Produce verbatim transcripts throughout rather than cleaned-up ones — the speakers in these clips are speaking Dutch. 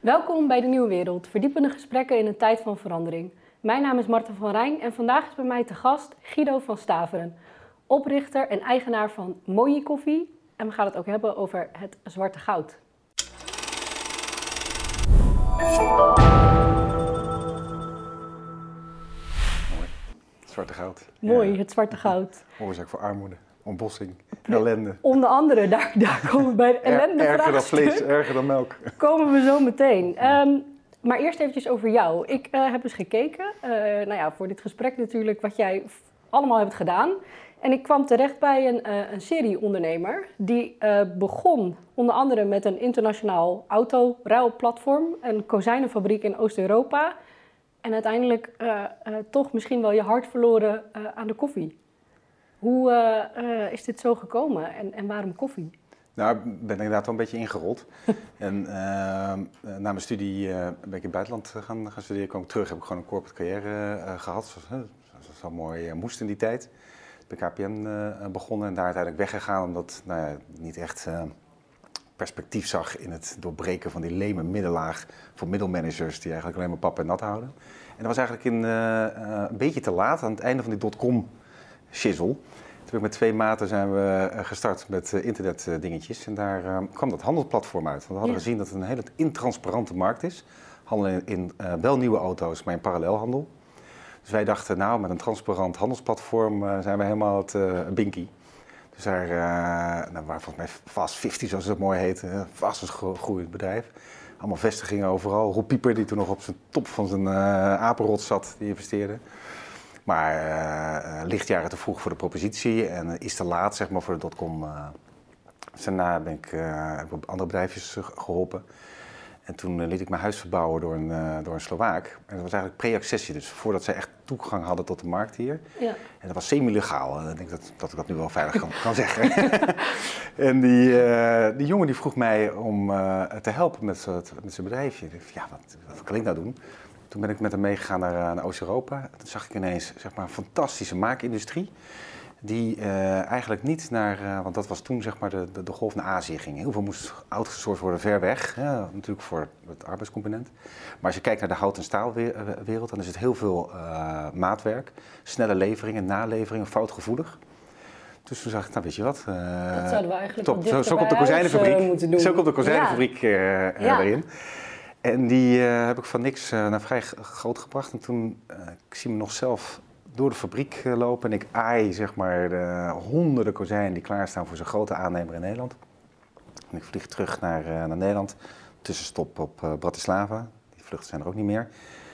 Welkom bij De Nieuwe Wereld, verdiepende gesprekken in een tijd van verandering. Mijn naam is Marta van Rijn en vandaag is bij mij te gast Guido van Staveren, oprichter en eigenaar van Moji Koffie. En we gaan het ook hebben over het zwarte goud. Mooi. Het zwarte goud. Mooi, Ja. het zwarte goud. Oorzaak voor armoede, ontbossing, ellende. Onder andere, daar, daar komen we bij de ellende Er, erger dan vraagstuk. vlees, erger dan melk. Komen we zo meteen. Um, maar eerst eventjes over jou. Ik uh, heb eens gekeken, uh, nou ja, voor dit gesprek natuurlijk, wat jij f- allemaal hebt gedaan. En ik kwam terecht bij een, uh, een serieondernemer die uh, begon onder andere met een internationaal autoruilplatform, een kozijnenfabriek in Oost-Europa. En uiteindelijk uh, uh, toch misschien wel je hart verloren uh, aan de koffie. Hoe uh, uh, is dit zo gekomen en, en waarom koffie? Nou, ik ben inderdaad wel een beetje ingerold. En uh, na mijn studie uh, ben ik in het buitenland gaan, gaan studeren. Kwam ik terug, heb ik gewoon een corporate carrière uh, gehad. Zoals uh, dat zo mooi uh, moest in die tijd. Bij K P N uh, begonnen en daar uiteindelijk weggegaan. Omdat nou ja, ik niet echt uh, perspectief zag in het doorbreken van die leme middenlaag voor middelmanagers die eigenlijk alleen maar pap en nat houden. En dat was eigenlijk in, uh, uh, een beetje te laat aan het einde van die dotcom shizzle. Toen met twee maten zijn we gestart met internetdingetjes en daar uh, kwam dat handelsplatform uit. Want we hadden Ja. gezien dat het een hele intransparante markt is. Handelen in, in uh, wel nieuwe auto's, maar in parallelhandel. Dus wij dachten, nou, met een transparant handelsplatform uh, zijn we helemaal het uh, binky. Dus daar uh, nou, waren volgens mij Fast vijftig, zoals het mooi heet, uh, vast een gro- groeiend bedrijf. Allemaal vestigingen overal. Rob Pieper, die toen nog op zijn top van zijn uh, apenrots zat, die investeerde. Maar uh, lichtjaren te vroeg voor de propositie en uh, is te laat zeg maar, voor de dotcom. Uh. Dus daarna ben ik, uh, heb ik op andere bedrijfjes uh, geholpen. En toen uh, liet ik mijn huis verbouwen door een, uh, door een Slovaak. En dat was eigenlijk pre-accessie, dus voordat zij echt toegang hadden tot de markt hier. Ja. En dat was semi-legaal. Uh, ik denk dat, dat ik dat nu wel veilig kan, kan zeggen. En die, uh, die jongen die vroeg mij om uh, te helpen met, met zijn bedrijfje. Ik dacht, ja, wat, wat kan ik nou doen? Toen ben ik met hem meegegaan naar, naar Oost-Europa. Toen zag ik ineens zeg maar, een fantastische maakindustrie. Die uh, eigenlijk niet naar, uh, want dat was toen zeg maar, de, de, de golf naar Azië ging. Heel veel moest outgesourced worden ver weg, ja, natuurlijk voor het arbeidscomponent. Maar als je kijkt naar de hout- en staalwereld, dan is het heel veel uh, maatwerk, snelle leveringen, naleveringen, foutgevoelig. Dus toen zag ik, nou weet je wat, uh, dat zouden we eigenlijk top. Zo, zo komt de kozijnenfabriek, uh, moeten doen. Zo komt de kozijnenfabriek uh, uh, ja. erin. En die uh, heb ik van niks uh, naar vrij groot gebracht. En toen, uh, ik zie me nog zelf door de fabriek uh, lopen en ik aai zeg maar de honderden kozijnen die klaarstaan voor zo'n grote aannemer in Nederland. En ik vlieg terug naar, uh, naar Nederland, tussenstop op uh, Bratislava. Die vluchten zijn er ook niet meer.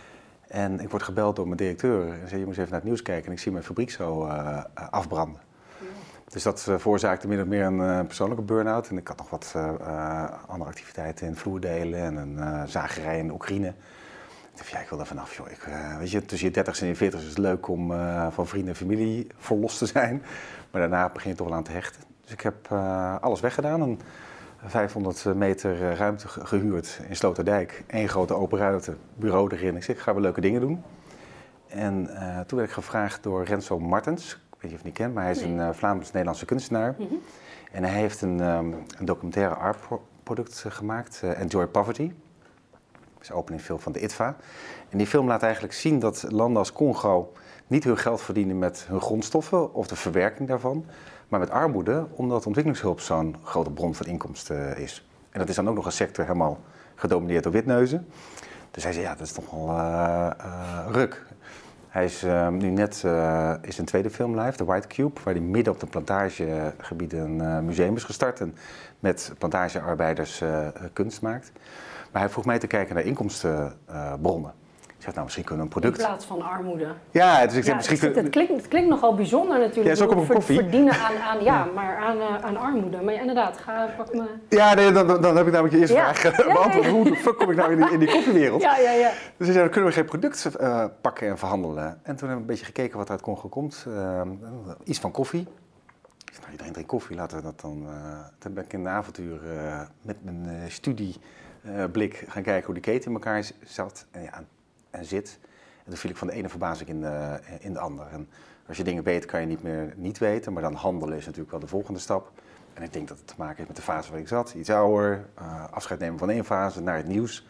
En ik word gebeld door mijn directeur en zei, je moet even naar het nieuws kijken. En ik zie mijn fabriek zo uh, afbranden. Dus dat uh, veroorzaakte min of meer een uh, persoonlijke burn-out. En ik had nog wat uh, uh, andere activiteiten in vloerdelen en een uh, zagerij in Oekraïne. Ik dacht, ja, ik wil daar vanaf, joh. Ik, uh, weet je, tussen je dertigste en je veertigste is het leuk om uh, van vrienden en familie verlost te zijn. Maar daarna begin je toch wel aan te hechten. Dus ik heb uh, alles weggedaan. Een vijfhonderd meter ruimte gehuurd in Sloterdijk. Eén grote open ruimte, bureau erin. Ik zeg, ik ga wel leuke dingen doen. En uh, toen werd ik gevraagd door Renzo Martens. Ik weet niet of je hem niet kent, maar hij is een uh, Vlaams-Nederlandse kunstenaar. Mm-hmm. En hij heeft een, um, een documentaire artproduct uh, gemaakt, uh, Enjoy Poverty. Dat is openingfilm van de I T V A. En die film laat eigenlijk zien dat landen als Congo niet hun geld verdienen met hun grondstoffen of de verwerking daarvan, maar met armoede, omdat ontwikkelingshulp zo'n grote bron van inkomsten is. En dat is dan ook nog een sector helemaal gedomineerd door witneuzen. Dus hij zei, ja, dat is toch wel uh, uh, ruk. Hij is uh, nu net uh, is een tweede film live, The White Cube, waar hij midden op de plantagegebieden een uh, museum is gestart en met plantagearbeiders uh, kunst maakt. Maar hij vroeg mij te kijken naar inkomstenbronnen. Uh, ik zeg, nou, misschien kunnen we een product... In plaats van armoede. Ja, dus ik zeg, ja, misschien... Het, het, klinkt, het klinkt nogal bijzonder natuurlijk. Ja, zo kom ik op koffie. Verdienen aan, aan, ja, maar aan, uh, aan armoede. Maar ja, inderdaad, ga pak me... Ja, nee, dan, dan, dan heb ik namelijk je eerste ja. vraag ja, beantwoord. Ja, ja. Hoe de fuck kom ik nou in die, in die koffiewereld? Ja, ja, ja. Dus ik zei, dan kunnen we geen product uh, pakken en verhandelen. En toen heb ik een beetje gekeken wat uit Congo komt. Uh, iets van koffie. Ik zei, nou, iedereen drinkt koffie, laten we dat dan... Uh, toen ben ik in de avontuur uh, met mijn uh, studieblik uh, gaan kijken hoe die keten in elkaar zat en, ja, en zit. En toen viel ik van de ene verbazing in de, in de andere. En als je dingen weet, kan je niet meer niet weten. Maar dan handelen is natuurlijk wel de volgende stap. En ik denk dat het te maken heeft met de fase waar ik zat. Iets ouder, uh, afscheid nemen van één fase, naar het nieuws.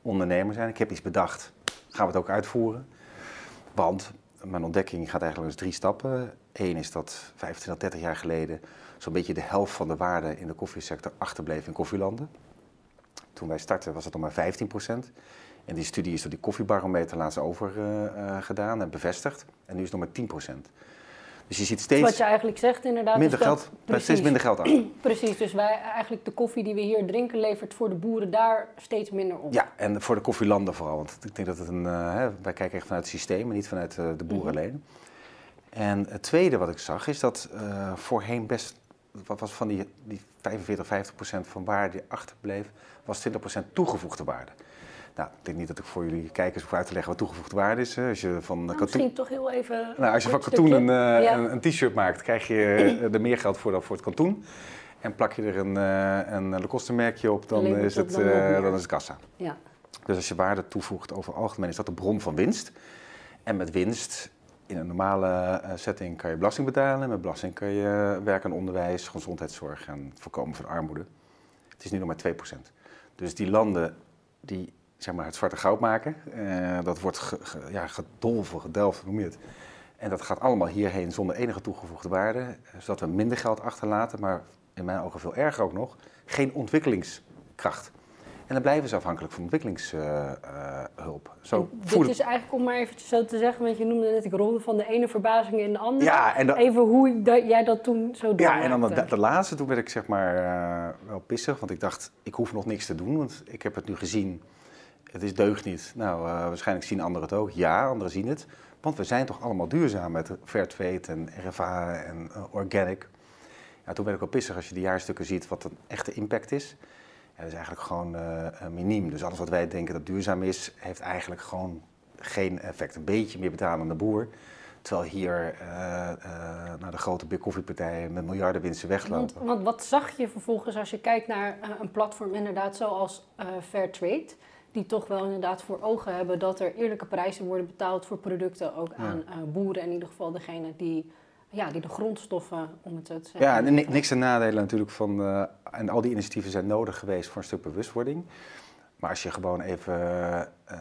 ondernemer zijn. Ik heb iets bedacht, gaan we het ook uitvoeren. Want mijn ontdekking gaat eigenlijk dus drie stappen. Eén is dat vijfentwintig, dertig jaar geleden zo'n beetje de helft van de waarde in de koffiesector achterbleef in koffielanden. Toen wij startten was het nog maar vijftien procent. En die studie is door die koffiebarometer laatst over uh, uh, gedaan en bevestigd. En nu is het nog maar tien procent. Dus je ziet steeds... Wat je eigenlijk zegt inderdaad. Minder is geld, dat, precies, steeds minder geld achter. Precies, dus wij, eigenlijk de koffie die we hier drinken levert voor de boeren daar steeds minder op. Ja, en voor de koffielanden vooral. Want ik denk dat het een... Uh, hè, wij kijken echt vanuit het systeem en niet vanuit uh, de boeren mm-hmm. alleen. En het tweede wat ik zag is dat uh, voorheen best... Wat was van die, die vijfenveertig, vijftig procent van waarde die achterbleef, was twintig procent toegevoegde waarde. Nou, ik denk niet dat ik voor jullie kijkers hoef uit te leggen wat toegevoegde waarde is. Als je van nou, katoen... Misschien toch heel even... Nou, als je van katoen een, uh, ja. een, een t-shirt maakt, krijg je er meer geld voor dan voor het katoen. En plak je er een, uh, een Lacoste merkje op, dan is, het, uh, dan is het kassa. Ja. Dus als je waarde toevoegt over het algemeen, is dat de bron van winst. En met winst, in een normale uh, setting, kan je belasting betalen. Met belasting kan je werk aan onderwijs, gezondheidszorg en het voorkomen van armoede. Het is nu nog maar twee procent. Dus die landen die zeg maar, het zwarte goud maken, uh, dat wordt ge, ge, ja, gedolven, gedelft, noem je het. En dat gaat allemaal hierheen zonder enige toegevoegde waarde, zodat we minder geld achterlaten, maar in mijn ogen veel erger ook nog, geen ontwikkelingskracht. En dan blijven ze afhankelijk van ontwikkelingshulp. Uh, uh, dit voeden. Is eigenlijk, om maar eventjes zo te zeggen, want je noemde net, ik rolde van de ene verbazing in de andere. Ja, en dat, even hoe dat, jij dat toen zo doormaakte. Ja, en dan de, de laatste, toen werd ik zeg maar uh, wel pissig, want ik dacht, ik hoef nog niks te doen, want ik heb het nu gezien. Het is deugd niet. Nou, uh, waarschijnlijk zien anderen het ook. Ja, anderen zien het. Want we zijn toch allemaal duurzaam met Fairtrade en R F A en uh, Organic. Ja, toen werd ik wel pissig als je de jaarstukken ziet wat een echte impact is. Ja, dat is eigenlijk gewoon uh, miniem. Dus alles wat wij denken dat duurzaam is, heeft eigenlijk gewoon geen effect. Een beetje meer betalen aan de boer. Terwijl hier uh, uh, naar de grote big koffiepartijen met miljarden winsten weglopen. Want, want wat zag je vervolgens als je kijkt naar uh, een platform inderdaad zoals uh, Fairtrade, die toch wel inderdaad voor ogen hebben dat er eerlijke prijzen worden betaald voor producten ook aan ja. uh, boeren. In ieder geval degene die, ja, die de grondstoffen, om het zo te zeggen. Ja, en niks ten nadele natuurlijk van, uh, en al die initiatieven zijn nodig geweest voor een stuk bewustwording. Maar als je gewoon even uh,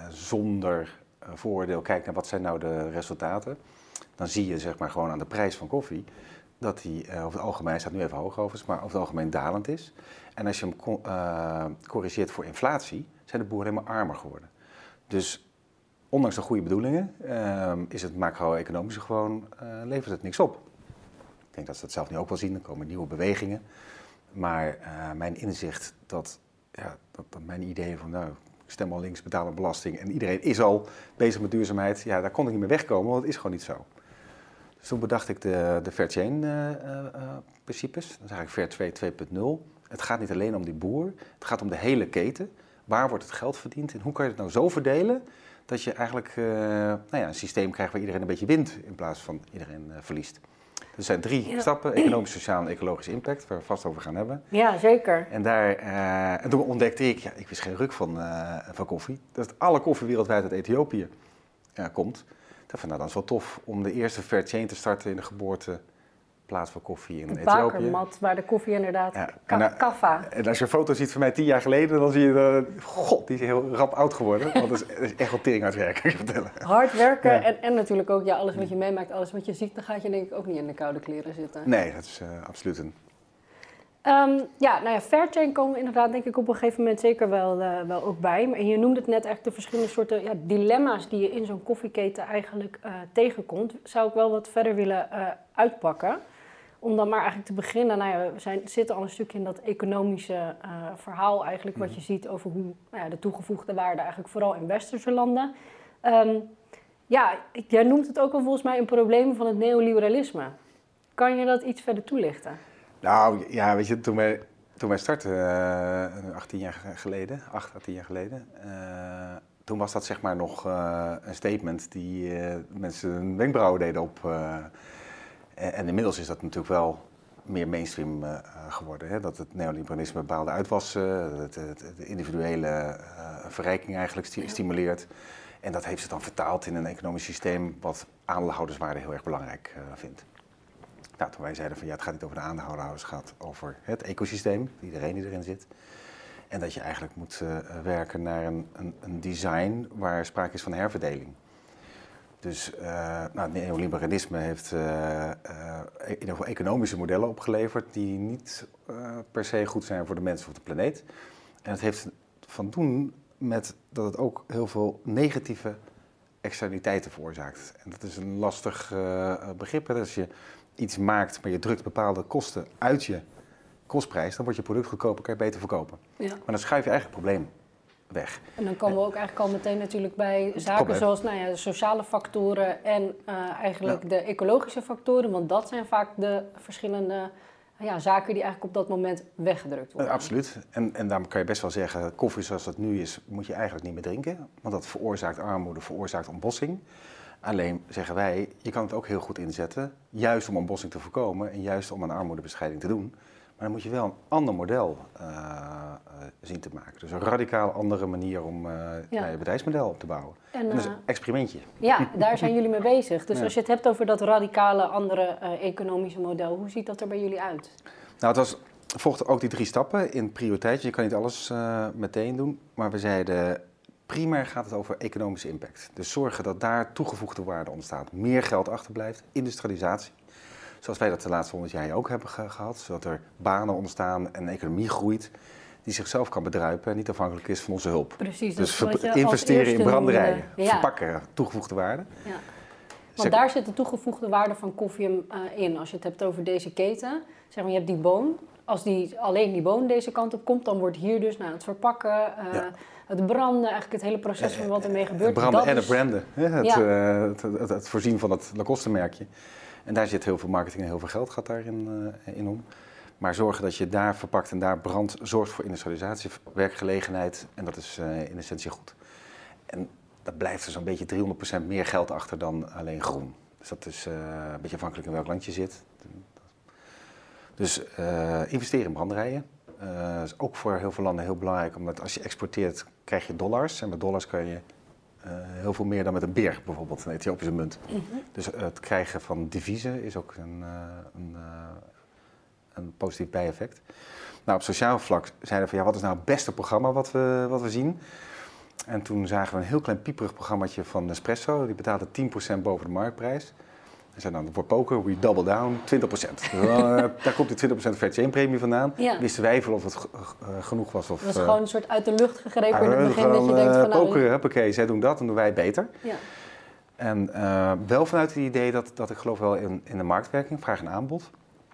zonder uh, vooroordeel kijkt naar wat zijn nou de resultaten, dan zie je zeg maar gewoon aan de prijs van koffie dat die uh, over het algemeen, staat nu even hoog overigens, maar over het algemeen dalend is. En als je hem co- uh, corrigeert voor inflatie, zijn de boeren helemaal armer geworden. Dus ondanks de goede bedoelingen uh, is het macro-economische gewoon, uh, levert het niks op. Ik denk dat ze dat zelf nu ook wel zien, er komen nieuwe bewegingen. Maar uh, mijn inzicht, dat, ja, dat, dat mijn idee van nou, ik stem al links, betaal een belasting en iedereen is al bezig met duurzaamheid, ja, daar kon ik niet meer wegkomen, want het is gewoon niet zo. Dus toen bedacht ik de, de Fairchain uh, uh, principes, dat is eigenlijk Fairtrade twee punt nul. Het gaat niet alleen om die boer, het gaat om de hele keten. Waar wordt het geld verdiend en hoe kan je het nou zo verdelen dat je eigenlijk uh, nou ja, een systeem krijgt waar iedereen een beetje wint in plaats van iedereen uh, verliest. Er zijn drie ja. stappen, economisch, sociaal en ecologische impact, waar we het vast over gaan hebben. Ja, zeker. En, daar, uh, en toen ontdekte ik, ja, ik wist geen ruk van, uh, van koffie, dat alle koffie wereldwijd uit Ethiopië uh, komt. Ik dacht van, nou, dat is wel tof om de eerste Fairchain te starten in de geboorte. Plaats van koffie in een Ethiopië. Een bakermat waar de koffie inderdaad, ja, ka- nou, kaffa. En als je een foto ziet van mij tien jaar geleden, dan zie je, uh, god, die is heel rap oud geworden. Want dat is, dat is echt wel tering hard werken, kan ik je vertellen. Hard werken ja. en, en natuurlijk ook, ja, alles wat je meemaakt, alles wat je ziet, dan gaat je denk ik ook niet in de koude kleren zitten. Nee, dat is uh, absoluut een... Um, ja, nou ja, Fairchain komen inderdaad denk ik op een gegeven moment zeker wel, uh, wel ook bij. Maar je noemde het net eigenlijk de verschillende soorten ja, dilemma's die je in zo'n koffieketen eigenlijk uh, tegenkomt. Zou ik wel wat verder willen uh, uitpakken. Om dan maar eigenlijk te beginnen, nou ja, we zijn, zitten al een stukje in dat economische uh, verhaal eigenlijk, wat je ziet over hoe nou ja, de toegevoegde waarde eigenlijk vooral in westerse landen. Um, ja, jij noemt het ook wel volgens mij een probleem van het neoliberalisme. Kan je dat iets verder toelichten? Nou ja, weet je, toen wij, toen wij startten, uh, achttien jaar geleden, acht à tien jaar geleden, uh, toen was dat zeg maar nog uh, een statement die uh, mensen een wenkbrauwen deden op. Uh, en, en inmiddels is dat natuurlijk wel meer mainstream uh, geworden. Hè? Dat het neoliberalisme bepaalde uitwassen, het, het, het individuele uh, verrijking eigenlijk sti- stimuleert. En dat heeft zich dan vertaald in een economisch systeem wat aandeelhouderswaarde heel erg belangrijk uh, vindt. Nou, toen wij zeiden van ja, het gaat niet over de aandeelhouders, het gaat over het ecosysteem, iedereen die erin zit. En dat je eigenlijk moet uh, werken naar een, een, een design waar sprake is van herverdeling. Dus uh, nou, het neoliberalisme heeft uh, uh, in ieder geval economische modellen opgeleverd die niet uh, per se goed zijn voor de mensen of de planeet. En het heeft van doen met dat het ook heel veel negatieve externaliteiten veroorzaakt. En dat is een lastig uh, begrip. Hè? Als je iets maakt, maar je drukt bepaalde kosten uit je kostprijs, dan wordt je product goedkoper, kan je beter verkopen. Ja. Maar dan schuif je eigenlijk het probleem weg. En dan komen we ook eigenlijk al meteen natuurlijk bij zaken probleem. zoals nou ja, de sociale factoren en uh, eigenlijk ja. de ecologische factoren, want dat zijn vaak de verschillende ja, zaken die eigenlijk op dat moment weggedrukt worden. Uh, absoluut. En, en daarom kan je best wel zeggen, koffie zoals dat nu is, moet je eigenlijk niet meer drinken, want dat veroorzaakt armoede, veroorzaakt ontbossing. Alleen zeggen wij, je kan het ook heel goed inzetten, juist om ontbossing te voorkomen en juist om aan armoedebestrijding te doen. Maar dan moet je wel een ander model uh, uh, zien te maken. Dus een radicaal andere manier om uh, ja. je bedrijfsmodel op te bouwen. En, en dat is een experimentje. Ja, daar zijn jullie mee bezig. Dus ja. als je het hebt over dat radicale andere uh, economische model, hoe ziet dat er bij jullie uit? Nou, het was, volgde ook die drie stappen in prioriteit. Je kan niet alles uh, meteen doen, maar we zeiden, primair gaat het over economische impact. Dus zorgen dat daar toegevoegde waarde ontstaat. Meer geld achterblijft, industrialisatie. Zoals wij dat de laatste honderd jaar ook hebben ge- gehad. Zodat er banen ontstaan en een economie groeit die zichzelf kan bedruipen en niet afhankelijk is van onze hulp. Precies. Dus ver- investeren in branderijen, ja. verpakken, toegevoegde waarde. Ja. Want zeg, daar zit de toegevoegde waarde van Koffium uh, in. Als je het hebt over deze keten, zeg maar je hebt die boon. Als die, alleen die boon deze kant op komt, dan wordt hier dus nou, het verpakken, uh, ja. het branden, eigenlijk het hele proces van wat ermee gebeurt. Het branden dat en is... het branden, ja, het, ja. uh, het, het, het voorzien van het Lacoste-merkje. En daar zit heel veel marketing en heel veel geld gaat daarin uh, in om. Maar zorgen dat je daar verpakt en daar brandt, zorgt voor industrialisatie, werkgelegenheid. En dat is uh, in essentie goed. En dat blijft er zo'n beetje driehonderd procent meer geld achter dan alleen groen. Dus dat is uh, een beetje afhankelijk in welk land je zit. Dus uh, investeren in branderijen. Uh, dat is ook voor heel veel landen heel belangrijk, omdat als je exporteert krijg je dollars. En met dollars kan je uh, heel veel meer dan met een beer, bijvoorbeeld, een Ethiopische munt. Mm-hmm. Dus uh, het krijgen van deviezen is ook een, uh, een, uh, een positief bijeffect. Nou, op sociaal vlak zeiden we van ja, wat is nou het beste programma wat we, wat we zien? En toen zagen we een heel klein pieperig programmaatje van Nespresso. Die betaalde tien procent boven de marktprijs. En zei dan, voor poker, we double down, twintig procent. Dus, uh, daar komt die twintig procent fair chain premie vandaan. Ja. Wisten wij veel of het g- uh, genoeg was. Of, het was uh, gewoon een soort uit de lucht gegrepen uh, in het begin gewoon, dat je denkt van... Uh, poker, huppakee, zij doen dat, dan doen wij beter. Ja. En uh, wel vanuit het idee dat, dat ik geloof wel in, in de marktwerking, vraag en aanbod.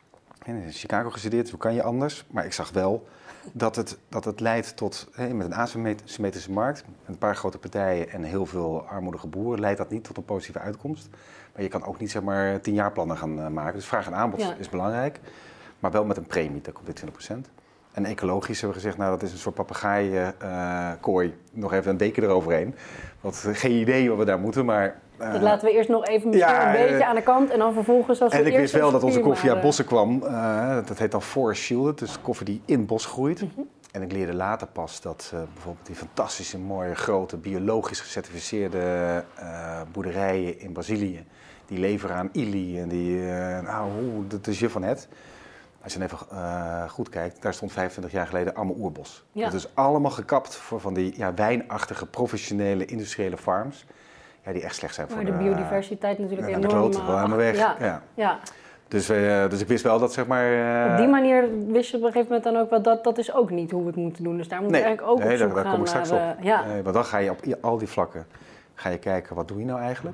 En in Chicago gestudeerd, dus hoe kan je anders? Maar ik zag wel dat het, dat het leidt tot, hè, met een asymmetrische markt, met een paar grote partijen en heel veel armoedige boeren, leidt dat niet tot een positieve uitkomst. Maar je kan ook niet zeg maar tien jaar plannen gaan uh, maken. Dus vraag en aanbod ja. is belangrijk, maar wel met een premie, daar komt dit twintig procent. En ecologisch hebben we gezegd, nou dat is een soort papegaai-kooi, uh, nog even een deken eroverheen. Want uh, geen idee wat we daar moeten, maar... Uh, dat laten we eerst nog even ja, een beetje uh, aan de kant en dan vervolgens als we En ik wist wel dat onze koffie maar, uit bossen kwam. Uh, dat heet dan forest shielded, dus koffie die in het bos groeit. Uh-huh. En ik leerde later pas dat uh, bijvoorbeeld die fantastische, mooie, grote, biologisch gecertificeerde uh, boerderijen in Brazilië, die leveren aan Ili en die, uh, nou, dat is je van het. Als je dan even uh, goed kijkt, daar stond vijfentwintig jaar geleden allemaal oerbos. Ja. Dat is allemaal gekapt voor van die ja, wijnachtige, professionele, industriële farms. Ja, die echt slecht zijn maar voor de... Maar de biodiversiteit uh, natuurlijk ja, enorm... de kloten, wel helemaal weg. Ja. Ja. Ja. Dus, uh, dus ik wist wel dat, zeg maar... Uh, op die manier wist je op een gegeven moment dan ook wel dat dat is ook niet hoe we het moeten doen. Dus daar moet je nee, eigenlijk ook nee, op zoek daar, daar gaan. kom ik straks naar, op. Uh, ja. Nee, want dan ga je op al die vlakken ga je kijken, wat doe je nou eigenlijk?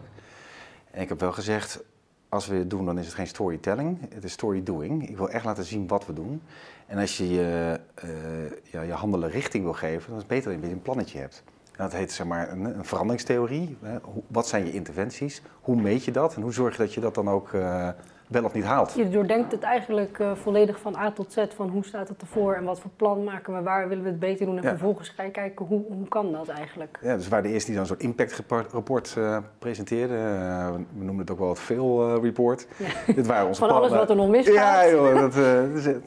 En ik heb wel gezegd, als we het doen, dan is het geen storytelling, het is storydoing. Ik wil echt laten zien wat we doen. En als je je, uh, ja, je handelen richting wil geven, dan is het beter dat je een plannetje hebt. En dat heet zeg maar een, een veranderingstheorie. Hè. Wat zijn je interventies? Hoe meet je dat? En hoe zorg je dat je dat dan ook uh, wel of niet haalt? Je doordenkt het eigenlijk uh, volledig van A tot Z. Van hoe staat het ervoor en wat voor plan maken we? Waar willen we het beter doen? En ja. vervolgens ga je kijken hoe, hoe kan dat eigenlijk? Ja, dus waar de eerste die dan zo'n impactrapport uh, presenteerde. Uh, we noemen het ook wel het fail uh, report. Ja. Dit waren onze van alles wat er nog misgaat. Ja, joh, dat, uh, dat is het.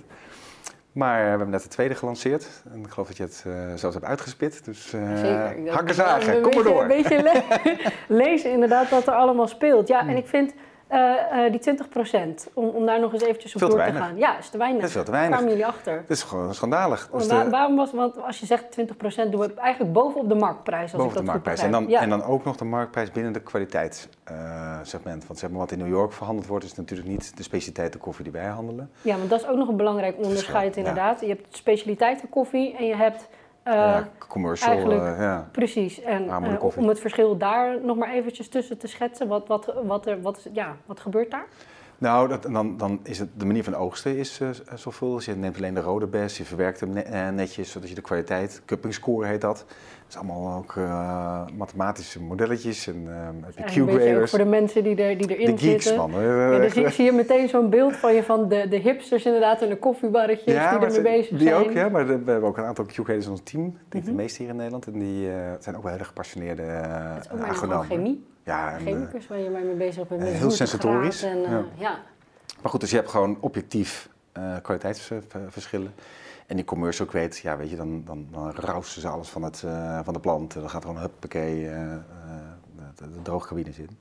Maar we hebben net de tweede gelanceerd. En ik geloof dat je het uh, zelfs hebt uitgespit. Dus uh, hakken zagen, kom maar door. Een beetje le- lezen inderdaad wat er allemaal speelt. Ja, mm. en ik vind Uh, uh, die twintig procent, om, om daar nog eens eventjes op veel door te te gaan. Ja, is te weinig. Dat is veel te weinig. Waar kwamen jullie achter? Dat is gewoon schandalig. Dus waar, de... Waarom was, want als je zegt twintig procent, doen we het eigenlijk bovenop de marktprijs. Als boven ik dat de marktprijs. En dan, ja. en dan ook nog de marktprijs binnen de kwaliteitssegment. Uh, want zeg maar, wat in New York verhandeld wordt, is natuurlijk niet de specialiteiten koffie die wij handelen. Ja, want dat is ook nog een belangrijk onderscheid inderdaad. Ja. Je hebt specialiteiten koffie en je hebt... Uh, ja, commercial, eigenlijk, uh, ja. Precies. En uh, om het verschil daar nog maar eventjes tussen te schetsen, wat, wat, wat, er, wat, ja, wat gebeurt daar? Nou, dat, dan, dan is het de manier van oogsten is uh, zorgvuldig. Je neemt alleen de rode bes, je verwerkt hem ne- netjes, zodat je de kwaliteit, cupping score heet dat. Dat is allemaal ook uh, mathematische modelletjes en uh, heb je Q-graders. Ook voor de mensen die, er, die erin de geeks, zitten. Man. Ja, dus ik zie je meteen zo'n beeld van je van de, de hipsters inderdaad en de koffiebarretjes ja, die ermee bezig die zijn. Die ook, ja, maar de, we hebben ook een aantal Q-graders in ons team. Ik denk mm-hmm. de meeste hier in Nederland. En die uh, zijn ook wel hele gepassioneerde uh, Het is ook maar gewoon chemie. Ja, en, chemicus waar je mee bezig bent. Met heel sensatorisch. En, uh, ja. ja. Maar goed, dus je hebt gewoon objectief uh, kwaliteitsverschillen. En die commercial grade, ja, weet je, dan, dan, dan rausen ze alles van, het, uh, van de plant. Dan gaat er gewoon huppakee uh, uh, de, de droogcabines in.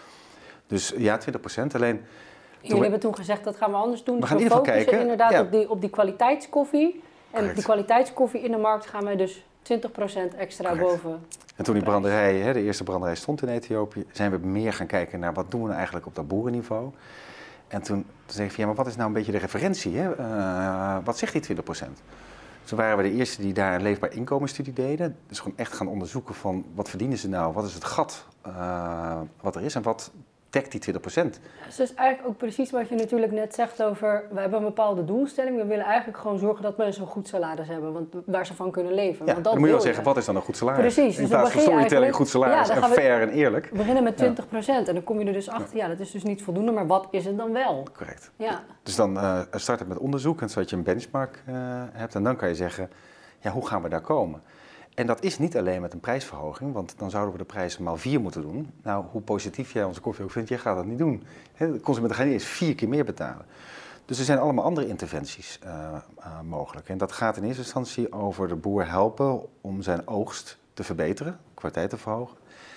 Dus ja, twintig procent. Alleen... Jullie we... hebben toen gezegd, dat gaan we anders doen. We dus gaan we in ieder geval focussen kijken. inderdaad ja. op, die, op die kwaliteitskoffie. En Correct. op die kwaliteitskoffie in de markt gaan wij dus twintig procent extra Correct. boven. En toen die branderij, hè, de eerste branderij stond in Ethiopië, zijn we meer gaan kijken naar wat doen we nou eigenlijk op dat boerenniveau. En toen zei ik van ja, maar wat is nou een beetje de referentie? Hè? Uh, wat zegt die twintig procent? Toen waren we de eerste die daar een leefbaar inkomensstudie deden. Dus gewoon echt gaan onderzoeken van wat verdienen ze nou? Wat is het gat uh, wat er is en wat dekt die twintig procent? Dus dat is eigenlijk ook precies wat je natuurlijk net zegt over... We hebben een bepaalde doelstelling. We willen eigenlijk gewoon zorgen dat mensen een goed salaris hebben. Want waar ze van kunnen leven. Ja, want dat dan moet je wel je. zeggen, wat is dan een goed salaris? Precies. In dus plaats van storytelling, goed salaris ja, en fair en eerlijk. We beginnen met twintig procent en dan kom je er dus achter. Ja, dat is dus niet voldoende, maar wat is het dan wel? Correct. Ja. Dus dan uh, start het met onderzoek en zodat je een benchmark uh, hebt. En dan kan je zeggen, ja, hoe gaan we daar komen? En dat is niet alleen met een prijsverhoging, want dan zouden we de prijs maal vier moeten doen. Nou, hoe positief jij onze koffie ook vindt, jij gaat dat niet doen. He, de consumenten gaan niet eens vier keer meer betalen. Dus er zijn allemaal andere interventies uh, uh, mogelijk. En dat gaat in eerste instantie over de boer helpen om zijn oogst te verbeteren, kwaliteit te verhogen.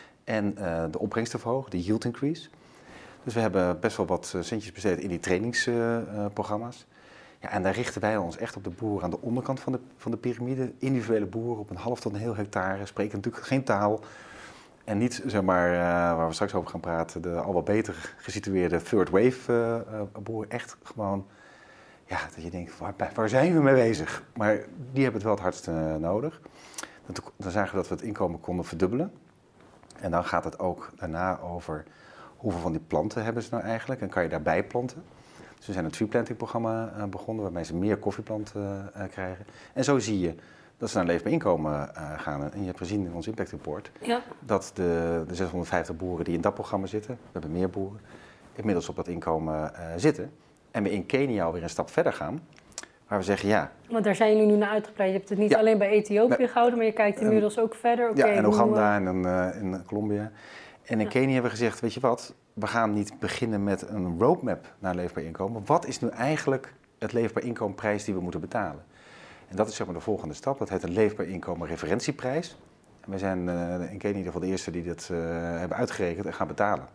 En uh, de opbrengst te verhogen, de yield increase. Dus we hebben best wel wat centjes besteed in die trainingsprogramma's. Uh, Ja, en daar richten wij ons echt op de boeren aan de onderkant van de, van de piramide. Individuele boeren op een half tot een heel hectare, spreken natuurlijk geen taal. En niet, zeg maar, uh, waar we straks over gaan praten, de al wat beter gesitueerde third wave uh, uh, boeren. Echt gewoon, ja, dat je denkt, waar, waar zijn we mee bezig? Maar die hebben het wel het hardst uh, nodig. Dan, dan zagen we dat we het inkomen konden verdubbelen. En dan gaat het ook daarna over hoeveel van die planten hebben ze nou eigenlijk en kan je daarbij planten. Dus we zijn een tree planting programma uh, begonnen waarmee ze meer koffieplanten uh, uh, krijgen. En zo zie je dat ze naar een leefbaar inkomen uh, gaan. En je hebt gezien in ons impact report ja. dat de, de zeshonderdvijftig boeren die in dat programma zitten, we hebben meer boeren, inmiddels op dat inkomen uh, zitten. En we in Kenia alweer een stap verder gaan, waar we zeggen ja. Want daar zijn jullie nu naar uitgebreid. Je hebt het niet ja. alleen bij Ethiopië nee. gehouden, maar je kijkt inmiddels ook verder. Okay, ja, in Oeganda hoe, en uh, in Colombia. En in ja. Kenia hebben we gezegd, weet je wat, we gaan niet beginnen met een roadmap naar leefbaar inkomen. Wat is nu eigenlijk het leefbaar inkomenprijs die we moeten betalen? En dat is zeg maar de volgende stap. Dat heet een leefbaar inkomen referentieprijs. En wij zijn uh, in Kenia in ieder geval de eerste die dat uh, hebben uitgerekend en gaan betalen.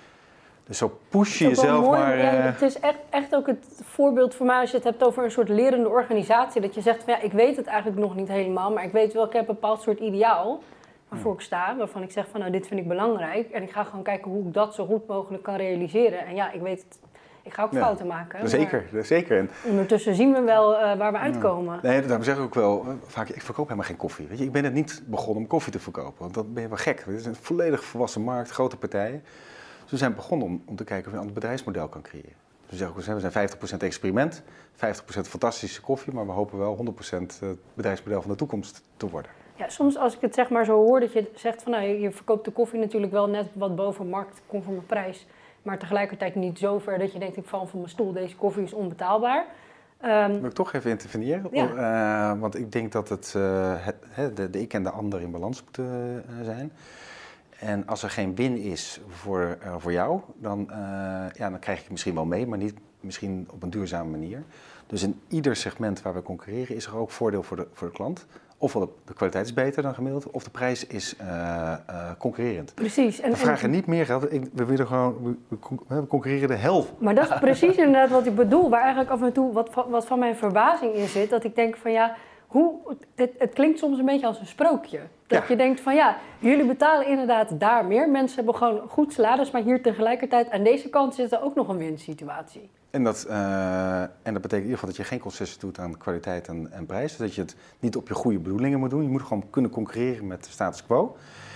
Dus zo push je jezelf mooi. maar... Uh... Ja, het is echt, echt ook het voorbeeld voor mij als je het hebt over een soort lerende organisatie. Dat je zegt van ja, ik weet het eigenlijk nog niet helemaal, maar ik weet wel, ik heb een bepaald soort ideaal waarvoor ik sta, waarvan ik zeg van nou dit vind ik belangrijk en ik ga gewoon kijken hoe ik dat zo goed mogelijk kan realiseren. En ja, ik weet het, ik ga ook ja, fouten maken. Zeker, zeker. En ondertussen zien we wel uh, waar we uitkomen. Ja. Nee, daarom zeg ik ook wel, vaak, ik verkoop helemaal geen koffie. Weet je, ik ben het niet begonnen om koffie te verkopen, want dan ben je wel gek. Het is een volledig volwassen markt, grote partijen. Dus we zijn begonnen om, om te kijken of je een ander bedrijfsmodel kan creëren. Dus we zeggen ook, we zijn vijftig procent experiment, vijftig procent fantastische koffie, maar we hopen wel honderd procent het bedrijfsmodel van de toekomst te worden. Ja, soms als ik het zeg maar zo hoor, dat je zegt van nou, je verkoopt de koffie natuurlijk wel net wat boven marktconforme prijs, maar tegelijkertijd niet zo ver dat je denkt ik val van mijn stoel, deze koffie is onbetaalbaar. Um, Moet ik toch even interveneren? Ja. Uh, want ik denk dat het, uh, het de, de ik en de ander in balans moeten uh, zijn. En als er geen win is voor, uh, voor jou, dan, uh, ja, dan krijg ik het misschien wel mee, maar niet misschien op een duurzame manier. Dus in ieder segment waar we concurreren is er ook voordeel voor de, voor de klant. ofwel de, de kwaliteit is beter dan gemiddeld, of de prijs is uh, uh, concurrerend. Precies. En, we vragen en, niet meer geld, ik, we willen gewoon, we, we concurreren de hel. Maar dat is precies inderdaad wat ik bedoel, waar eigenlijk af en toe wat, wat van mijn verbazing in zit, dat ik denk van ja, hoe, het, het klinkt soms een beetje als een sprookje. Dat ja. je denkt van ja, jullie betalen inderdaad daar meer, mensen hebben gewoon goed salaris, maar hier tegelijkertijd aan deze kant zit er ook nog een winstsituatie. En dat, uh, en dat betekent in ieder geval dat je geen concessies doet aan kwaliteit en, en prijs. Dat je het niet op je goede bedoelingen moet doen. Je moet gewoon kunnen concurreren met de status quo.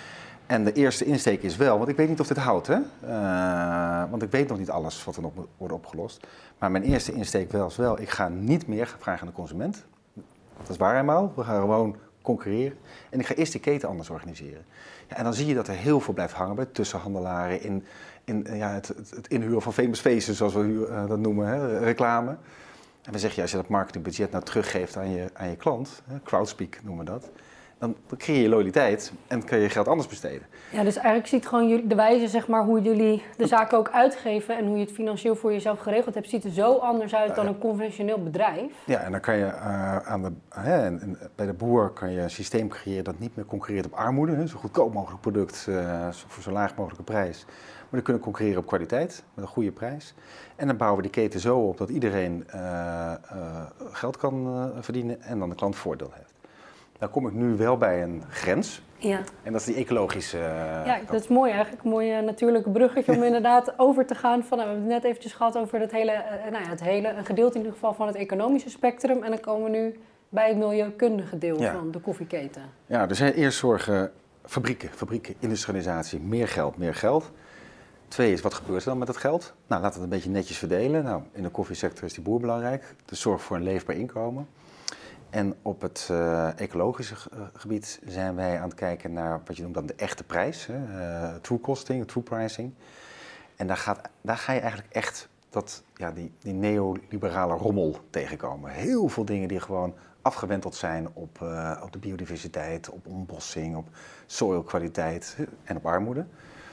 En de eerste insteek is wel, want ik weet niet of dit houdt, hè? Uh, want ik weet nog niet alles wat er nog moet worden opgelost. Maar mijn eerste insteek wel is wel, ik ga niet meer vragen aan de consument. Dat is waar eenmaal. We gaan gewoon concurreren. En ik ga eerst die keten anders organiseren. Ja, en dan zie je dat er heel veel blijft hangen bij tussenhandelaren in... In ja, het, het, het inhuren van famous faces, zoals we uh, dat noemen, hè, reclame. En dan zeg je, als je dat marketingbudget nou teruggeeft aan je, aan je klant, hè, crowdspeak noemen we dat, dan creëer je loyaliteit en kan je geld anders besteden. Ja, dus eigenlijk ziet gewoon de wijze, zeg maar, hoe jullie de zaken ook uitgeven en hoe je het financieel voor jezelf geregeld hebt, ziet er zo anders uit dan een conventioneel bedrijf. Ja, en dan kan je uh, aan de, hè, en, en bij de boer kan je een systeem creëren dat niet meer concurreert op armoede, hè, zo goedkoop mogelijk product uh, voor zo laag mogelijke prijs. Maar dan kunnen we concurreren op kwaliteit, met een goede prijs. En dan bouwen we die keten zo op dat iedereen uh, uh, geld kan uh, verdienen en dan de klant voordeel heeft. Dan kom ik nu wel bij een grens. Ja. En dat is die ecologische uh, Ja, kant. Dat is mooi eigenlijk. Een mooi uh, natuurlijke bruggetje om inderdaad over te gaan. Van, nou, we hebben het net eventjes gehad over het hele, uh, nou ja, het hele, een gedeelte in ieder geval van het economische spectrum. En dan komen we nu bij het milieukundige deel ja. van de koffieketen. Ja, dus eerst zorgen fabrieken, fabrieken, industrialisatie, meer geld, meer geld. Twee is, wat gebeurt er dan met dat geld? Nou, laten we het een beetje netjes verdelen. Nou, in de koffiesector is die boer belangrijk. Dus zorg voor een leefbaar inkomen. En op het uh, ecologische gebied zijn wij aan het kijken naar wat je noemt dan de echte prijs. Hè? Uh, true costing, true pricing. En daar, gaat, daar ga je eigenlijk echt dat, ja, die, die neoliberale rommel tegenkomen. Heel veel dingen die gewoon afgewenteld zijn op, uh, op de biodiversiteit, op ontbossing, op soilkwaliteit en op armoede.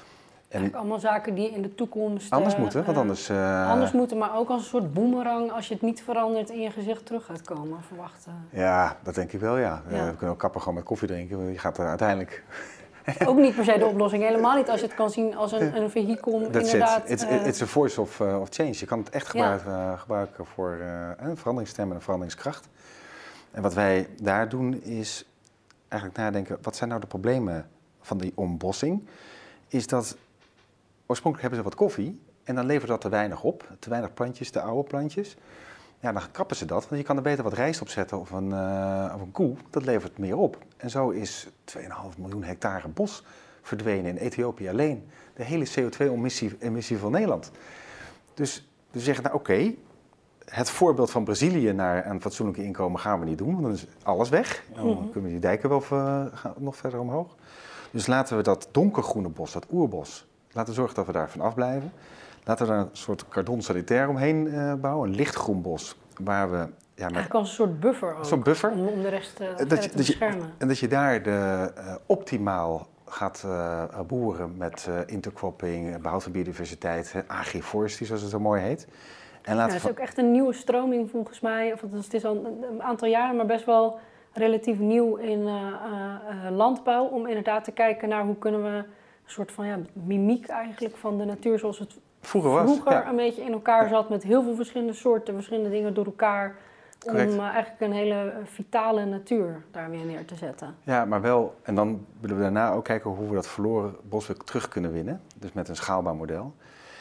En allemaal zaken die in de toekomst anders uh, moeten, want anders... Uh, anders moeten, maar ook als een soort boemerang, als je het niet verandert, in je gezicht terug gaat komen, verwachten. Ja, dat denk ik wel, ja. ja. Uh, we kunnen ook kappen gewoon met koffie drinken, je gaat er uiteindelijk... Ook niet per se de oplossing, helemaal niet als je het kan zien als een, een vehikel, inderdaad. It. It's, uh, it's a voice of, uh, of change. Je kan het echt gebruiken, ja. uh, gebruiken voor uh, een veranderingsstem en een veranderingskracht. En wat wij daar doen is eigenlijk nadenken, wat zijn nou de problemen van die ontbossing? Is dat... Oorspronkelijk hebben ze wat koffie en dan levert dat te weinig op. Te weinig plantjes, te oude plantjes. Ja, dan kappen ze dat, want je kan er beter wat rijst opzetten of een, uh, of een koe. Dat levert meer op. En zo is twee komma vijf miljoen hectare bos verdwenen in Ethiopië alleen. De hele C O twee emissie van Nederland. Dus we zeggen, nou oké, okay, het voorbeeld van Brazilië naar een fatsoenlijke inkomen gaan we niet doen. Want dan is alles weg. Dan mm-hmm. kunnen we die dijken wel uh, gaan nog verder omhoog. Dus laten we dat donkergroene bos, dat oerbos... Laten we zorgen dat we daar van afblijven. Laten we daar een soort cordon sanitair omheen uh, bouwen. Een lichtgroen bos. Waar we, ja, met, eigenlijk als een soort buffer ook. Zo'n buffer. Om, om de rest uh, dat je, te beschermen. Je, en dat je daar de, uh, optimaal gaat uh, boeren met uh, intercropping, behoud van biodiversiteit, uh, agroforestry zoals het zo mooi heet. En laten ja, het is ook echt een nieuwe stroming volgens mij. Of het is al een aantal jaren, maar best wel relatief nieuw in uh, uh, landbouw. Om inderdaad te kijken naar hoe kunnen we... Een soort van ja, mimiek eigenlijk van de natuur zoals het vroeger, was, vroeger ja. een beetje in elkaar zat met heel veel verschillende soorten, verschillende dingen door elkaar. Correct. Om uh, eigenlijk een hele vitale natuur daar weer neer te zetten. Ja, maar wel, en dan willen we daarna ook kijken hoe we dat verloren bos weer terug kunnen winnen. Dus met een schaalbaar model.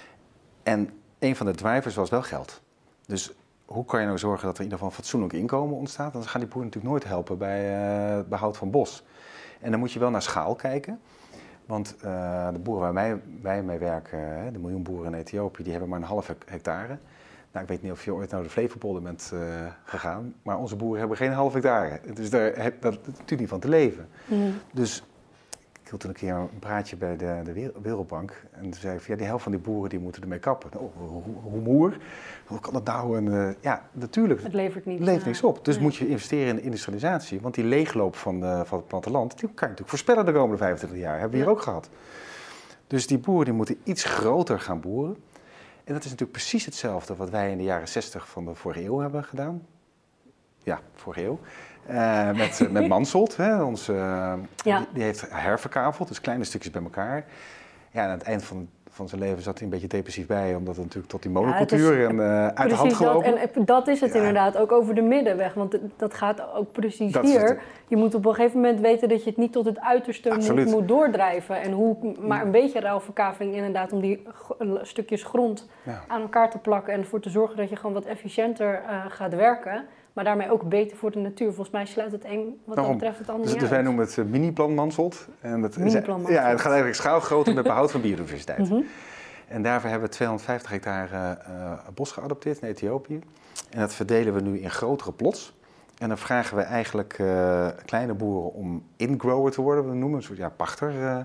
En een van de drivers was wel geld. Dus hoe kan je nou zorgen dat er in ieder geval een fatsoenlijk inkomen ontstaat? Dan gaan die boeren natuurlijk nooit helpen bij uh, het behoud van bos. En dan moet je wel naar schaal kijken. Want uh, de boeren waar wij, wij mee werken, hè, de miljoen boeren in Ethiopië, die hebben maar een half hectare. Nou, ik weet niet of je ooit naar de Flevopolder bent uh, gegaan, maar onze boeren hebben geen half hectare. Dus daar heb dat natuurlijk niet van te leven. Mm. Dus ik hield toen een keer een praatje bij de, de Wereldbank en toen zei ik van ja, die helft van die boeren die moeten ermee kappen. Oh, hoe, hoe moer? Hoe kan dat nou? En, uh, ja, natuurlijk. Het levert niet. Het levert niks op. Dus nee. moet je investeren in de industrialisatie. Want die leegloop van, de, van het platteland, die kan je natuurlijk voorspellen de komende vijfentwintig jaar. Hebben we ja. hier ook gehad. Dus die boeren die moeten iets groter gaan boeren. En dat is natuurlijk precies hetzelfde wat wij in de jaren zestig van de vorige eeuw hebben gedaan. ja, vorige eeuw. Uh, met, met Mansholt, hè, ons, uh, ja. die, die heeft herverkaveld, dus kleine stukjes bij elkaar. Ja, en aan het eind van, van zijn leven zat hij een beetje depressief bij, omdat het natuurlijk tot die monocultuur ja, en uh, uit de hand gelopen. Dat, en dat is het ja. inderdaad, ook over de middenweg, want dat gaat ook precies dat hier. Je moet op een gegeven moment weten dat je het niet tot het uiterste moet, moet doordrijven. En hoe maar een beetje ruilverkaveling inderdaad, om die stukjes grond ja. aan elkaar te plakken en ervoor te zorgen dat je gewoon wat efficiënter uh, gaat werken. Maar daarmee ook beter voor de natuur. Volgens mij sluit het een wat dat betreft het ander dus, niet dus uit. wij noemen het uh, mini-plan Mansholt. En dat mini-plan Mansholt. Ja, het gaat eigenlijk schaalgrootte met behoud van biodiversiteit. Mm-hmm. En daarvoor hebben we tweehonderdvijftig hectare uh, bos geadopteerd in Ethiopië. En dat verdelen we nu in grotere plots. En dan vragen we eigenlijk uh, kleine boeren om ingrower te worden. We noemen een soort ja, pachter. Uh,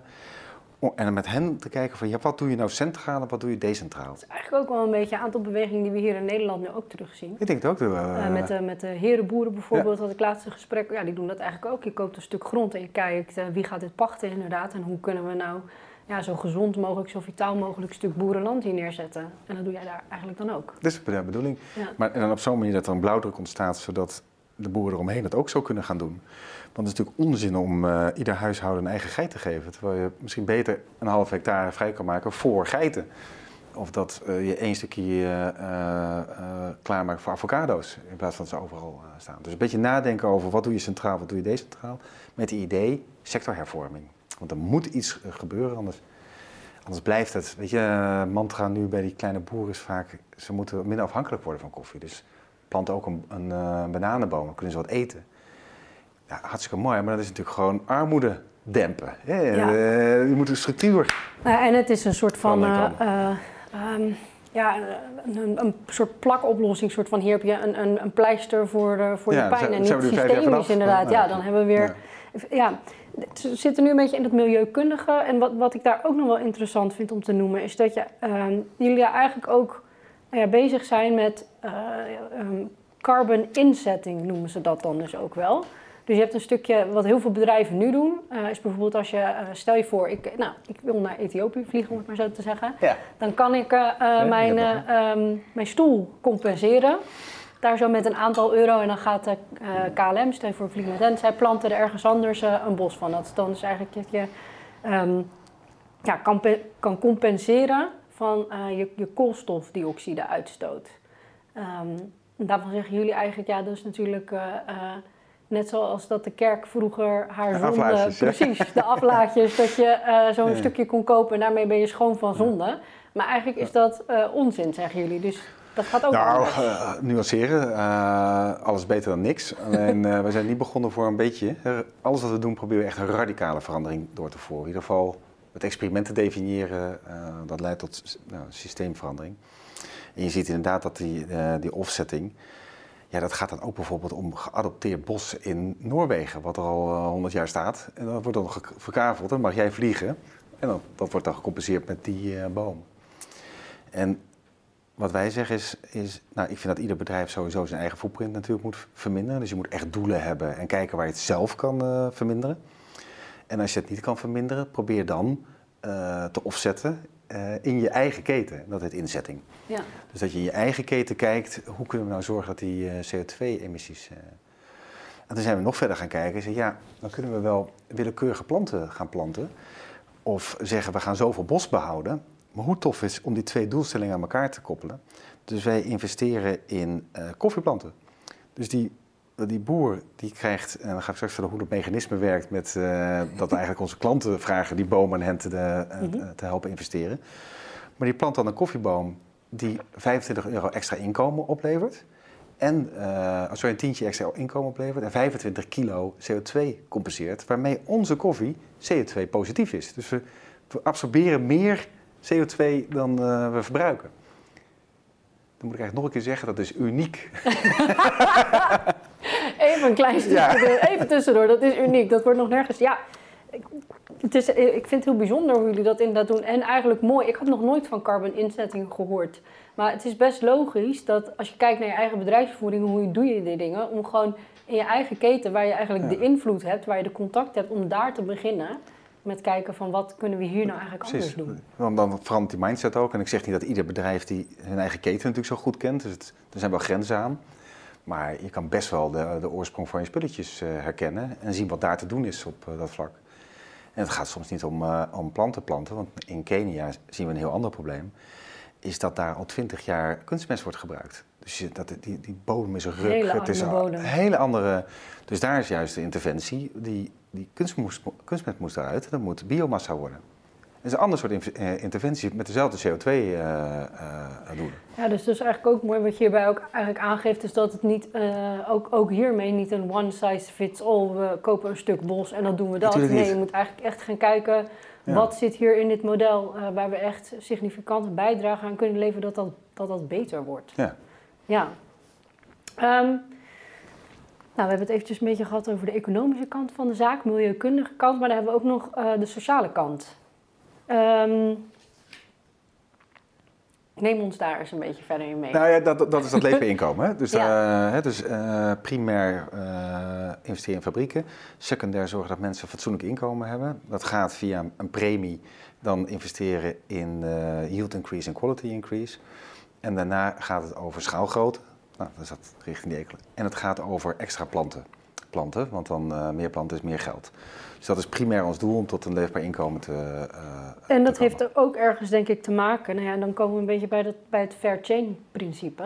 En dan met hen te kijken van, ja, wat doe je nou centraal en wat doe je decentraal? Dat is eigenlijk ook wel een beetje een aantal bewegingen die we hier in Nederland nu ook terugzien. Ik denk het ook. Uh, uh, met, de, met de herenboeren bijvoorbeeld, ja. had ik laatst een gesprek. Ja, die doen dat eigenlijk ook. Je koopt een stuk grond en je kijkt uh, wie gaat dit pachten inderdaad. En hoe kunnen we nou ja, zo gezond mogelijk, zo vitaal mogelijk stuk boerenland hier neerzetten. En dat doe jij daar eigenlijk dan ook. Dat is de bedoeling. Ja. Maar en dan op zo'n manier dat er een blauwdruk ontstaat, zodat de boeren eromheen dat ook zo kunnen gaan doen. Want het is natuurlijk onzin om uh, ieder huishouden een eigen geit te geven. Terwijl je misschien beter een half hectare vrij kan maken voor geiten. Of dat uh, je één stukje uh, uh, uh, klaarmaakt voor avocado's. In plaats van dat ze overal uh, staan. Dus een beetje nadenken over wat doe je centraal, wat doe je decentraal. Met het idee sectorhervorming. Want er moet iets uh, gebeuren, anders, anders blijft het. Weet je, uh, mantra nu bij die kleine boeren is vaak, ze moeten minder afhankelijk worden van koffie. Dus plant ook een, een uh, bananenboom, dan kunnen ze wat eten. Ja, hartstikke mooi, maar dat is natuurlijk gewoon armoede dempen. Ja. Uh, je moet een structuur. Uh, en het is een soort van, uh, uh, um, ja, een, een soort plakoplossing. Soort van hier heb je een, een, een pleister voor, uh, voor ja, de pijn en niet systemisch inderdaad. Ja, dan hebben we weer. Ja. ja, we zitten nu een beetje in het milieukundige. En wat, wat ik daar ook nog wel interessant vind om te noemen, is dat je, uh, jullie eigenlijk ook uh, ja, bezig zijn met uh, um, carbon insetting, noemen ze dat dan dus ook wel. Dus je hebt een stukje, wat heel veel bedrijven nu doen, uh, is bijvoorbeeld als je, uh, stel je voor, ik, nou, ik wil naar Ethiopië vliegen, om het maar zo te zeggen. Ja. Dan kan ik uh, uh, ja, mijn, uh, um, mijn stoel compenseren, daar zo met een aantal euro. En dan gaat de uh, K L M, stel je voor, ik vlieg met hen, zij planten er ergens anders uh, een bos van. Dat is dan dus eigenlijk dat je um, ja, kan, kan compenseren van uh, je, je koolstofdioxide-uitstoot. Um, daarvan zeggen jullie eigenlijk, ja, dat is natuurlijk... Uh, uh, Net zoals dat de kerk vroeger haar zonde, precies, ja. de aflaatjes, dat je uh, zo'n ja. stukje kon kopen en daarmee ben je schoon van zonde. Maar eigenlijk is dat uh, onzin, zeggen jullie. Dus dat gaat ook nou, uh, nuanceren. Uh, alles beter dan niks. Alleen, uh, we zijn niet begonnen voor een beetje. Alles wat we doen, proberen we echt een radicale verandering door te voeren. In ieder geval het experiment te definiëren, uh, dat leidt tot uh, systeemverandering. En je ziet inderdaad dat die, uh, die offsetting... Ja, dat gaat dan ook bijvoorbeeld om geadopteerd bos in Noorwegen, wat er al honderd uh, jaar staat. En dat wordt dan verkaveld, dan mag jij vliegen. En dan, dat wordt dan gecompenseerd met die uh, boom. En wat wij zeggen is, is, nou, ik vind dat ieder bedrijf sowieso zijn eigen footprint natuurlijk moet verminderen. Dus je moet echt doelen hebben en kijken waar je het zelf kan uh, verminderen. En als je het niet kan verminderen, probeer dan uh, te offsetten uh, in je eigen keten. Dat heet inzetting. Ja. Dus dat je in je eigen keten kijkt, hoe kunnen we nou zorgen dat die uh, C O twee emissies... Uh... En toen zijn we nog verder gaan kijken en zeiden, ja, dan kunnen we wel willekeurige planten gaan planten. Of zeggen, we gaan zoveel bos behouden. Maar hoe tof is om die twee doelstellingen aan elkaar te koppelen. Dus wij investeren in uh, koffieplanten. Dus die, die boer die krijgt, en dan ga ik straks vertellen hoe dat mechanisme werkt, met uh, dat we eigenlijk onze klanten vragen die bomen aan hen te, uh, mm-hmm. te helpen investeren. Maar die plant dan een koffieboom die vijfentwintig euro extra inkomen oplevert. En uh, sorry, een tientje extra inkomen oplevert en vijfentwintig kilo C O twee compenseert. Waarmee onze koffie C O twee positief is. Dus we, we absorberen meer C O twee dan uh, we verbruiken. Dan moet ik eigenlijk nog een keer zeggen, dat is uniek. Even een klein stukje, ja. Even tussendoor, dat is uniek. Dat wordt nog nergens... Ja, het is, ik vind het heel bijzonder hoe jullie dat inderdaad doen. En eigenlijk mooi, ik had nog nooit van carbon insetting gehoord. Maar het is best logisch dat als je kijkt naar je eigen bedrijfsvoering, hoe doe je die dingen? Om gewoon in je eigen keten, waar je eigenlijk ja. de invloed hebt, waar je de contact hebt, om daar te beginnen. Met kijken van wat kunnen we hier nou eigenlijk Precies. anders doen. Dan, dan verandert die mindset ook. En ik zeg niet dat ieder bedrijf die hun eigen keten natuurlijk zo goed kent. Dus het, er zijn wel grenzen aan. Maar je kan best wel de, de oorsprong van je spulletjes uh, herkennen en zien wat daar te doen is op uh, dat vlak. En het gaat soms niet om, uh, om planten planten, want in Kenia zien we een heel ander probleem. Is dat daar al twintig jaar kunstmest wordt gebruikt. Dus je, dat, die, die bodem is een ruk. Hele het is een bodem. hele andere. Dus daar is juist de interventie. Die, die kunstmest, kunstmest moest eruit, dat moet biomassa worden. Dat is een ander soort in, uh, interventie met dezelfde C O twee doelen. Uh, uh, ja, dus dat is eigenlijk ook mooi wat je hierbij ook eigenlijk aangeeft, is dat het niet, uh, ook, ook hiermee niet een one size fits all, we kopen een stuk bos en dan doen we dat. Nee, je moet eigenlijk echt gaan kijken, ja. wat zit hier in dit model uh, waar we echt significante bijdrage aan kunnen leveren dat dat, dat, dat beter wordt. Ja. Ja. Um, nou, we hebben het eventjes een beetje gehad over de economische kant van de zaak, milieukundige kant, maar dan hebben we ook nog uh, de sociale kant. Um, neem ons daar eens een beetje verder in mee. Nou ja, dat, dat is dat leveninkomen. Hè? Dus, ja. uh, dus uh, primair uh, investeren in fabrieken. Secundair zorgen dat mensen een fatsoenlijk inkomen hebben. Dat gaat via een premie. Dan investeren in uh, yield increase en quality increase. En daarna gaat het over schaalgrootte. Nou, dat is dat richting die ecologie. En het gaat over extra planten. planten want dan uh, meer planten is meer geld. Dus dat is primair ons doel om tot een leefbaar inkomen te uh, En dat te heeft er ook ergens denk ik te maken, nou ja, dan komen we een beetje bij, dat, bij het fair chain principe.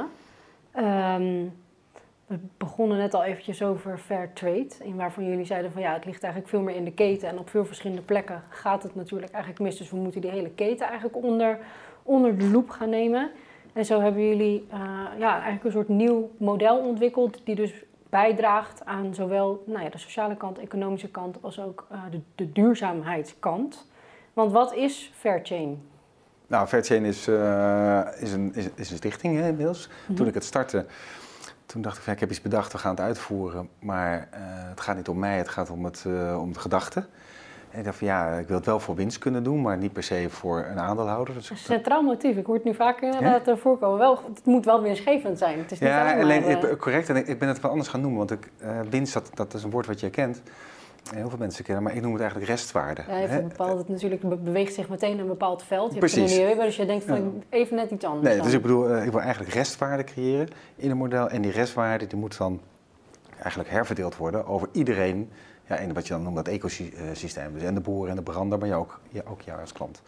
Um, we begonnen net al eventjes over fair trade, in waarvan jullie zeiden van ja, het ligt eigenlijk veel meer in de keten en op veel verschillende plekken gaat het natuurlijk eigenlijk mis. Dus we moeten die hele keten eigenlijk onder, onder de loep gaan nemen. En zo hebben jullie uh, ja, eigenlijk een soort nieuw model ontwikkeld die dus bijdraagt aan zowel nou ja, de sociale kant, de economische kant, als ook uh, de, de duurzaamheidskant. Want wat is Fairchain? Nou, Fairchain is, uh, is, een, is, is een stichting hè, inmiddels. Mm-hmm. Toen ik het startte, toen dacht ik van, ik heb iets bedacht, we gaan het uitvoeren. Maar uh, het gaat niet om mij, het gaat om het, uh, om het gedachte. En ik dacht van ja, ik wil het wel voor winst kunnen doen, maar niet per se voor een aandeelhouder. Dus een centraal motief, ik hoor het nu vaak inderdaad ja? voorkomen. Wel, het moet wel winstgevend zijn. Het is niet ja, alleen, alleen, uh... correct. En ik, ik ben het wel anders gaan noemen, want ik, uh, winst, dat, dat is een woord wat je kent. Heel veel mensen kennen, maar ik noem het eigenlijk restwaarde. Ja, even bepaald, het natuurlijk beweegt zich meteen een bepaald veld. Je Precies. hebt een milieu, dus je denkt van ja. even net iets anders. Nee, dan. dus ik bedoel, uh, ik wil eigenlijk restwaarde creëren in een model. En die restwaarde die moet dan eigenlijk herverdeeld worden over iedereen. Ja, en wat je dan noemt dat ecosysteem. Dus en de boer en de brander, maar je ook, je, ook jou als klant.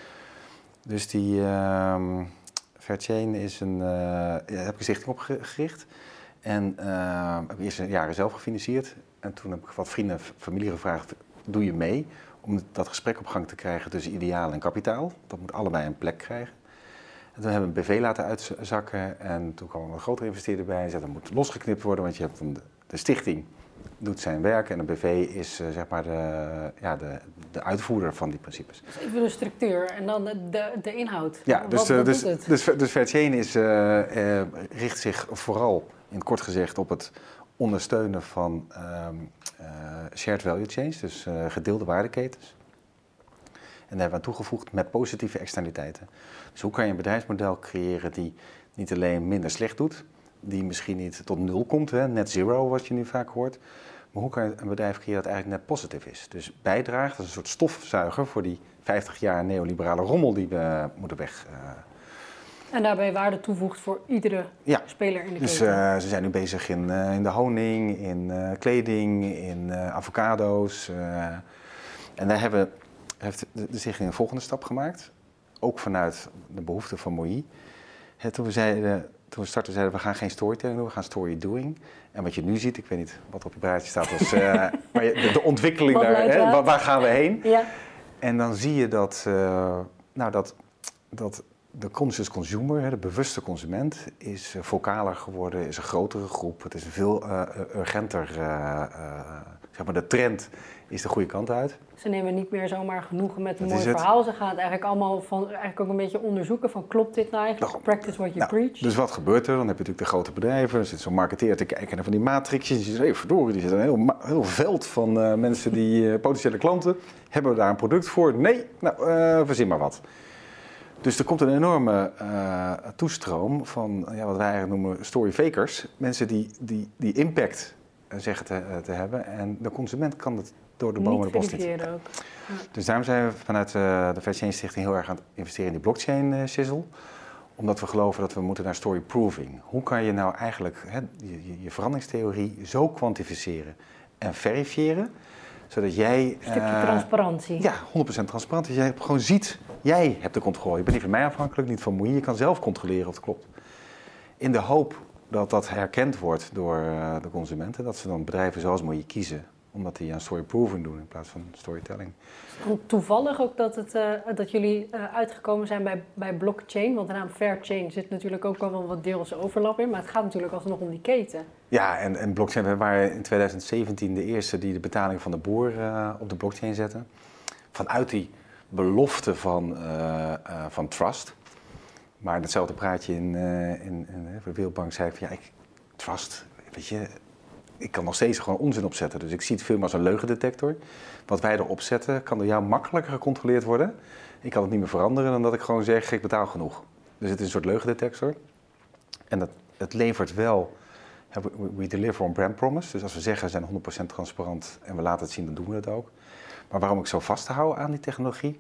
Dus die uh, Fairchain is een, uh, daar heb ik een stichting opgericht. En uh, heb ik eerst jaren zelf gefinancierd. En toen heb ik wat vrienden en familie gevraagd, doe je mee? Om dat gesprek op gang te krijgen tussen ideaal en kapitaal. Dat moet allebei een plek krijgen. En toen hebben we een B V laten uitzakken. En toen kwam een grotere investeerder bij en zei dat moet losgeknipt worden. Want je hebt een, de stichting doet zijn werk en de B V is uh, zeg maar de, ja, de, de uitvoerder van die principes. Dus even de structuur en dan de, de, de inhoud. Ja, dus, wat, wat dus, doet het? dus, dus, dus Fairchain is, uh, uh, richt zich vooral, in het kort gezegd, op het ondersteunen van um, uh, shared value chains, dus uh, gedeelde waardeketens. En daar hebben we aan toegevoegd met positieve externaliteiten. Dus hoe kan je een bedrijfsmodel creëren die niet alleen minder slecht doet, die misschien niet tot nul komt, hè, net zero wat je nu vaak hoort. Maar hoe kan je een bedrijf creëren dat eigenlijk net positief is? Dus bijdraagt als een soort stofzuiger voor die vijftig jaar neoliberale rommel die we moeten weg. Uh... En daarbij waarde toevoegt voor iedere ja. speler in de dus, keten. Uh, ze zijn nu bezig in, uh, in de honing, in uh, kleding, in uh, avocado's. Uh, en daar hebben, heeft de, de stichting een volgende stap gemaakt. Ook vanuit de behoefte van Moïse. Toen we zeiden... Toen we startten zeiden we, we gaan geen storytelling doen, we gaan story doing. En wat je nu ziet, ik weet niet wat op je praatje staat, als, uh, maar de, de ontwikkeling daar, hè, waar, waar gaan we heen? Ja. En dan zie je dat, uh, nou, dat, dat de conscious consumer, hè, de bewuste consument, is uh, vocaler geworden, is een grotere groep. Het is veel uh, urgenter, uh, uh, zeg maar de trend is de goede kant uit. Ze nemen niet meer zomaar genoegen met een dat mooi verhaal. Ze gaan het eigenlijk allemaal van, eigenlijk ook een beetje onderzoeken van klopt dit nou eigenlijk? Nou, practice what you nou, preach. Dus wat gebeurt er? Dan heb je natuurlijk de grote bedrijven. Er zit zo'n marketeer te kijken naar van die matrixjes. Die zegt, hey, verdorie, die zit een heel, heel veld van uh, mensen die uh, potentiële klanten. Hebben we daar een product voor? Nee, nou, uh, verzin maar wat. Dus er komt een enorme uh, toestroom van ja, wat wij eigenlijk noemen storyfakers. Mensen die, die, die impact uh, zeggen te, uh, te hebben. En de consument kan het door de bomen de bos niet. Ook. Ja. Dus daarom zijn we vanuit uh, de Fairchain Stichting heel erg aan het investeren in die blockchain uh, sizzle. Omdat we geloven dat we moeten naar story proving. Hoe kan je nou eigenlijk hè, je, je veranderingstheorie zo kwantificeren en verifiëren, zodat jij... Een stukje uh, transparantie. Ja, honderd procent transparant. Dat jij gewoon ziet, jij hebt de controle. Je bent niet van mij afhankelijk, niet van Moein. Je kan zelf controleren of het klopt. In de hoop dat dat herkend wordt door uh, de consumenten, dat ze dan bedrijven zoals Moein kiezen, omdat die aan story proving doen in plaats van storytelling. Toevallig ook dat, het, uh, dat jullie uh, uitgekomen zijn bij, bij blockchain, want de naam Fairchain zit natuurlijk ook wel wat deels overlap in, maar het gaat natuurlijk alsnog om die keten. Ja, en, en blockchain, we waren in twintig zeventien de eerste die de betaling van de boer uh, op de blockchain zetten. Vanuit die belofte van, uh, uh, van trust. Maar hetzelfde praatje in, uh, in, in de Wereldbank zei ik van ja, ik, trust, weet je, ik kan nog steeds gewoon onzin opzetten. Dus ik zie het veel meer als een leugendetector. Wat wij erop zetten kan door jou makkelijker gecontroleerd worden. Ik kan het niet meer veranderen dan dat ik gewoon zeg, ik betaal genoeg. Dus het is een soort leugendetector. En dat, het levert wel, we deliver on brand promise. Dus als we zeggen, we zijn honderd procent transparant en we laten het zien, dan doen we dat ook. Maar waarom ik zo vasthoud aan die technologie,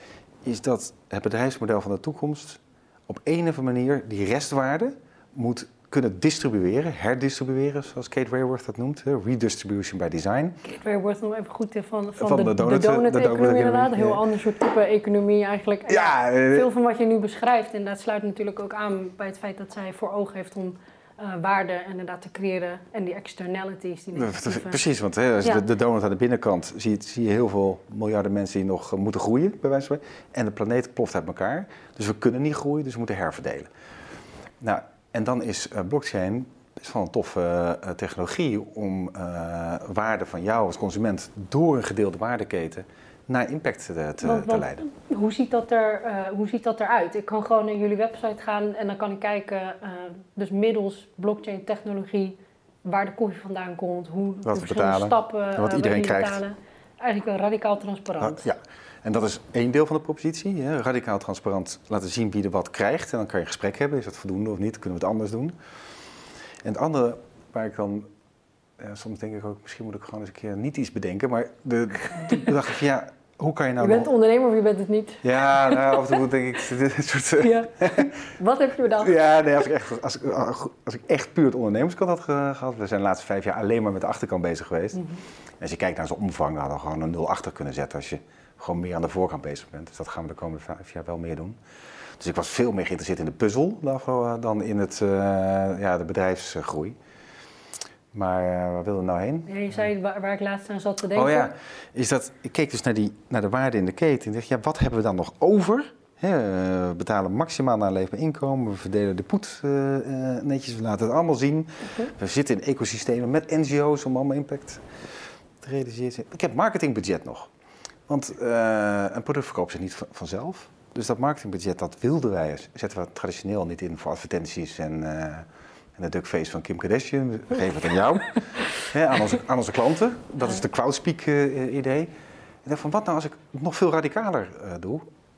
is dat het bedrijfsmodel van de toekomst op een of andere manier die restwaarde moet kunnen distribueren, herdistribueren, zoals Kate Raworth dat noemt. Redistribution by design. Kate Raworth nog even goed van, van, van de, de donut-economie donut de donut inderdaad. Een heel ja. ander soort type economie eigenlijk. Ja, ja, veel van wat je nu beschrijft, en dat sluit natuurlijk ook aan bij het feit dat zij voor ogen heeft om uh, waarde inderdaad te creëren en die externalities. Die Precies, want hè, als je ja. de, de donut aan de binnenkant zie je, zie je heel veel miljarden mensen die nog uh, moeten groeien, bij wijze van spreken. En de planeet ploft uit elkaar. Dus we kunnen niet groeien, dus we moeten herverdelen. Nou, en dan is uh, blockchain best wel een toffe uh, technologie om uh, waarde van jou als consument door een gedeelde waardeketen naar impact te, te, want, te leiden. Want, hoe, ziet dat er, uh, hoe ziet dat eruit? Ik kan gewoon naar jullie website gaan en dan kan ik kijken, uh, dus middels blockchain technologie, waar de koffie vandaan komt, hoe wat de verschillende betalen, stappen wat uh, iedereen krijgt. Betalen. Eigenlijk wel radicaal transparant. Ja, en dat is één deel van de propositie. Hè? Radicaal transparant laten zien wie er wat krijgt. En dan kan je een gesprek hebben. Is dat voldoende of niet? Kunnen we het anders doen? En het andere waar ik dan... Ja, soms denk ik ook, misschien moet ik gewoon eens een keer niet iets bedenken. Maar de, de, de dacht ik van ja, hoe kan je nou... Je bent nog... ondernemer of je bent het niet? Ja, nou, af en toe denk ik... Dit soort, ja. Wat heb je bedacht? Ja, nee, als ik echt, als, als ik echt puur het ondernemerskant had gehad... We zijn de laatste vijf jaar alleen maar met de achterkant bezig geweest. Mm-hmm. En als je kijkt naar zijn omvang, hadden we gewoon een nul achter kunnen zetten... als je gewoon meer aan de voorkant bezig bent. Dus dat gaan we de komende vijf jaar wel meer doen. Dus ik was veel meer geïnteresseerd in de puzzel dan in het, uh, ja, de bedrijfsgroei. Maar uh, waar wilden we nou heen? Ja, je zei waar, waar ik laatst aan zat te denken. Oh ja, is dat, ik keek dus naar, die, naar de waarde in de keten en dacht, ja, wat hebben we dan nog over? He, we betalen maximaal naar leefbaar inkomen, we verdelen de poet uh, uh, netjes, we laten het allemaal zien. Okay. We zitten in ecosystemen met N G O's om allemaal impact te realiseren. Ik heb marketingbudget nog. Want uh, een product verkoopt zich niet vanzelf. Dus dat marketingbudget, dat wilden wij, zetten we traditioneel niet in voor advertenties en, uh, en de duckface van Kim Kardashian. We geven het aan jou, hè, aan, onze, aan onze klanten. Dat is de crowdspeak uh, idee. Ik dacht van, wat nou als ik het nog veel radicaler uh, doe?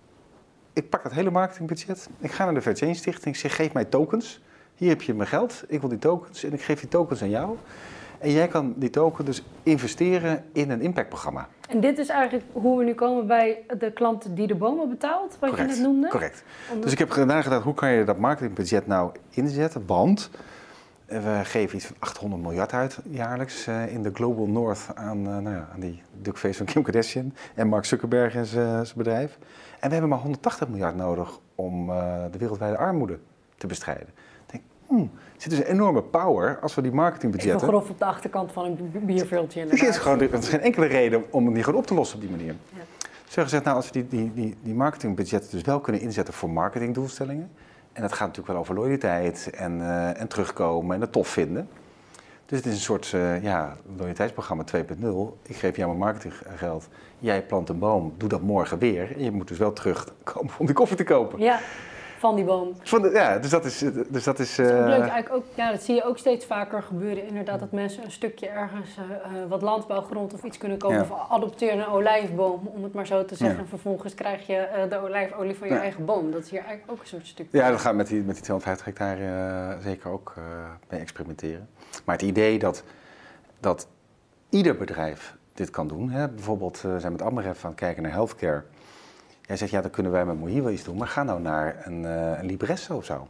Ik pak dat hele marketingbudget, ik ga naar de Fairchain Stichting, ik zeg, geef mij tokens. Hier heb je mijn geld, ik wil die tokens en ik geef die tokens aan jou. En jij kan die token dus investeren in een impactprogramma. En dit is eigenlijk hoe we nu komen bij de klant die de bomen betaalt, wat correct, je net noemde? Correct. Omdat... Dus ik heb nagedacht, hoe kan je dat marketingbudget nou inzetten? Want we geven iets van achthonderd miljard uit jaarlijks uh, in de Global North aan, uh, nou ja, aan die duckface van Kim Kardashian en Mark Zuckerberg en zijn bedrijf. En we hebben maar honderdtachtig miljard nodig om uh, de wereldwijde armoede te bestrijden. Hmm, er zit dus een enorme power als we die marketingbudgetten... Even grof op de achterkant van een bierviltje. Er is, gewoon, er is geen enkele reden om het niet gewoon op te lossen op die manier. Ja. Dus we gezegd, nou, als we die, die, die, die marketingbudgetten dus wel kunnen inzetten voor marketingdoelstellingen... en dat gaat natuurlijk wel over loyaliteit en, uh, en terugkomen en het tof vinden. Dus het is een soort uh, ja, loyaliteitsprogramma twee punt nul. Ik geef jou mijn marketinggeld, jij plant een boom, doe dat morgen weer. En je moet dus wel terugkomen om die koffie te kopen. Ja. Van die boom. Van de, ja, dus dat is... Dus dat is, uh... dat is ook leuk. Eigenlijk ook, ja, dat zie je ook steeds vaker gebeuren. Inderdaad, dat mensen een stukje ergens uh, wat landbouwgrond of iets kunnen kopen. Ja. Of adopteren een olijfboom, om het maar zo te zeggen. Ja. En vervolgens krijg je uh, de olijfolie van je ja. eigen boom. Dat is hier eigenlijk ook een soort stuk. Ja, dat gaat met die, met die tweehonderdvijftig hectare uh, zeker ook uh, mee experimenteren. Maar het idee dat, dat ieder bedrijf dit kan doen. Hè? Bijvoorbeeld, uh, we zijn met Amref aan het kijken naar healthcare. Jij zegt, ja, dan kunnen wij met Mojito iets doen, maar ga nou naar een, uh, een Libresso of zo.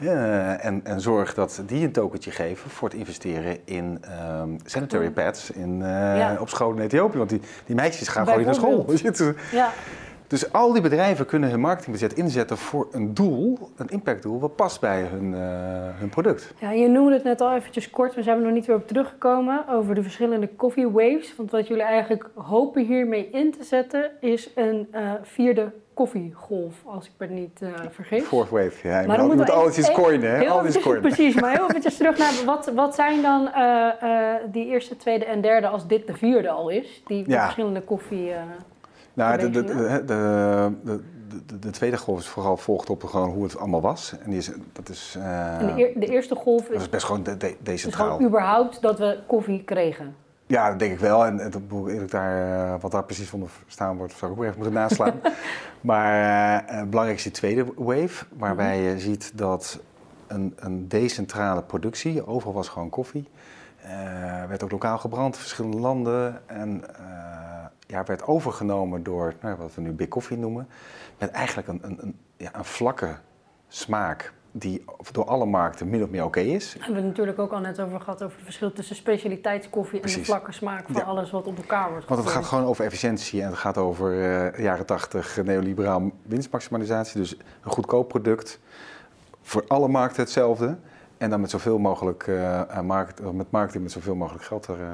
Uh, en, en zorg dat die een tokentje geven voor het investeren in um, sanitary pads in, uh, ja. op scholen in Ethiopië. Want die, die meisjes gaan gewoon niet naar school. Ja. Dus al die bedrijven kunnen hun marketingbudget inzetten voor een doel, een impactdoel, wat past bij hun, uh, hun product. Ja, je noemde het net al eventjes kort, we zijn er nog niet weer op teruggekomen over de verschillende coffee waves. Want wat jullie eigenlijk hopen hiermee in te zetten is een uh, vierde koffiegolf, als ik me niet uh, vergis. Fourth wave, ja. Maar je moet alles iets coinen, hè? Alles coinen. Precies, maar heel eventjes terug naar, wat, wat zijn dan uh, uh, die eerste, tweede en derde, als dit de vierde al is, die ja. verschillende koffie... Uh, Nou, de, de, de, de, de, de tweede golf is vooral volgt op gewoon hoe het allemaal was. En die is, dat is, uh, en de, eer, de eerste golf is, dat is best gewoon de, de, decentraal. Dus gewoon überhaupt dat we koffie kregen? Ja, dat denk ik wel. En het, eerlijk daar, uh, wat daar precies van verstaan wordt, zou ik ook even moeten naslaan. Maar uh, uh, belangrijk is die tweede wave, waarbij mm-hmm. je ziet dat een, een decentrale productie, overal was gewoon koffie. Uh, werd ook lokaal gebrand in verschillende landen. En uh, ja, werd overgenomen door nou, wat we nu Big Coffee noemen. Met eigenlijk een, een, een, ja, een vlakke smaak die door alle markten min of meer oké okay is. We hebben het natuurlijk ook al net over gehad over het verschil tussen specialiteitskoffie Precies. en de vlakke smaak van ja. alles wat op elkaar wordt gegooid. Want het gaat gewoon over efficiëntie en het gaat over uh, jaren tachtig neoliberaal winstmaximalisatie. Dus een goedkoop product, voor alle markten hetzelfde. En dan met zoveel mogelijk uh, market, met marketing met zoveel mogelijk geld er uh,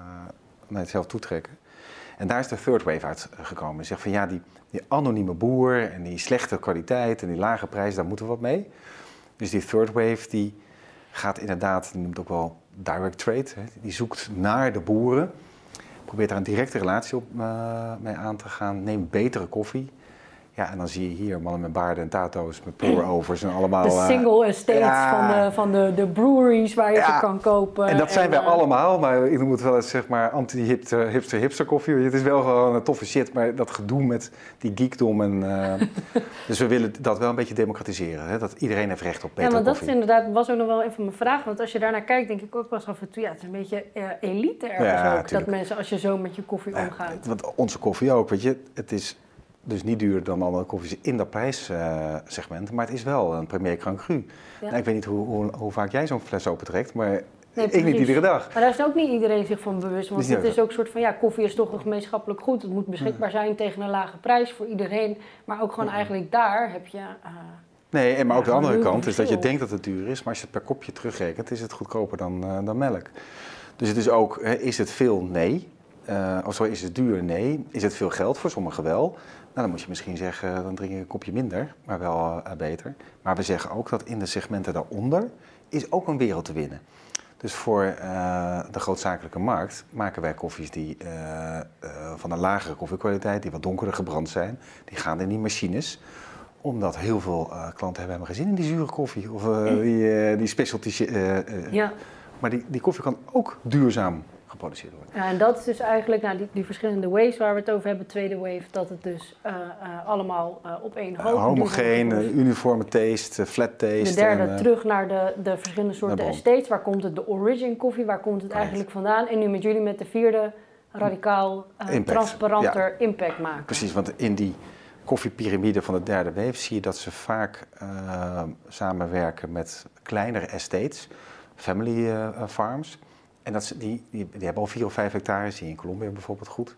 naar jezelf toetrekken. En daar is de third wave uitgekomen. Je zegt van ja, die, die anonieme boer en die slechte kwaliteit en die lage prijs, daar moeten we wat mee. Dus die third wave die gaat inderdaad, die noemt het ook wel direct trade. Hè, die zoekt naar de boeren, probeert daar een directe relatie op, uh, mee aan te gaan, neemt betere koffie. Ja, en dan zie je hier mannen met baarden en tato's, met pour-overs en allemaal... De single estates ja, van, de, van de, de breweries waar je ja, ze kan kopen. En dat zijn en, wij uh, allemaal, maar ik noem het wel eens zeg maar anti-hipster-hipster koffie. Het is wel gewoon een toffe shit, maar dat gedoe met die geekdom en... Uh, dus we willen dat wel een beetje democratiseren, hè? Dat iedereen heeft recht op betere koffie. Ja, want dat is inderdaad, was ook nog wel even mijn vraag, want als je daarnaar kijkt, denk ik ook wel eens af en toe, ja, het is een beetje uh, elite ergens ja, ook, tuurlijk. Dat mensen, als je zo met je koffie ja, omgaat. Want onze koffie ook, weet je, het is... Dus niet duurder dan andere koffies in dat prijssegment, uh, maar het is wel een Premier Grand Cru. Ja. Nou, ik weet niet hoe, hoe, hoe vaak jij zo'n fles opentrekt, maar nee, ik niet iedere dag. Maar daar is ook niet iedereen zich van bewust, want het is ook een soort van, ja, koffie is toch een gemeenschappelijk goed. Het moet beschikbaar zijn tegen een lage prijs voor iedereen, maar ook gewoon eigenlijk daar heb je... Uh, nee, en maar ja, ook de andere kant is dat je denkt dat het duur is, maar als je het per kopje terugrekent, is het goedkoper dan, uh, dan melk. Dus het is ook, hè, is het veel? Nee. Uh, of zo, is het duur? Nee. Is het veel geld? Voor sommigen wel. Nou, dan moet je misschien zeggen, dan drink ik een kopje minder, maar wel uh, beter. Maar we zeggen ook dat in de segmenten daaronder is ook een wereld te winnen. Dus voor uh, de grootzakelijke markt maken wij koffies die uh, uh, van een lagere koffiekwaliteit, die wat donkerder gebrand zijn. Die gaan in die machines, omdat heel veel uh, klanten hebben gezien in die zure koffie of uh, die, uh, die specialty. Uh, uh, ja. Maar die, die koffie kan ook duurzaam geproduceerd worden. Ja, en dat is dus eigenlijk, nou, die, die verschillende waves waar we het over hebben, tweede wave, dat het dus uh, uh, allemaal uh, op één hoop... Uh, homogeen, uh, uniforme taste, uh, flat taste. De derde en, uh, terug naar de, de verschillende soorten estates. Waar komt het, de origin koffie, waar komt het eigenlijk vandaan? En nu met jullie met de vierde, radicaal, uh, impact. transparanter ja. impact maken. Precies, want in die koffiepyramide van de derde wave zie je dat ze vaak uh, samenwerken met kleinere estates, family uh, farms. En dat ze, die, die, die hebben al vier of vijf hectare, zie je in Colombia bijvoorbeeld goed.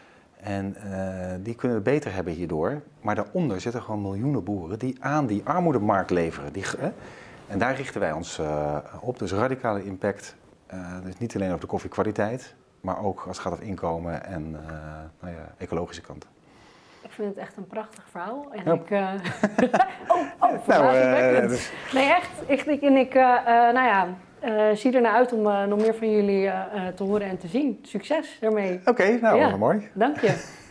En uh, die kunnen het beter hebben hierdoor. Maar daaronder zitten gewoon miljoenen boeren die aan die armoedemarkt leveren. Die, eh, en daar richten wij ons uh, op. Dus radicale impact. Uh, dus niet alleen op de koffiekwaliteit, maar ook als het gaat over inkomen en uh, nou ja, ecologische kant. Ik vind het echt een prachtig verhaal. En ja. ik, uh... oh, oh, verbazingwekkend. Nou, uh, dus... Nee, echt. Ik, ik, en ik, uh, uh, nou ja... Uh, zie er naar uit om uh, nog meer van jullie uh, uh, te horen en te zien. Succes ermee. Oké, okay, nou, ja, mooi. Dank je.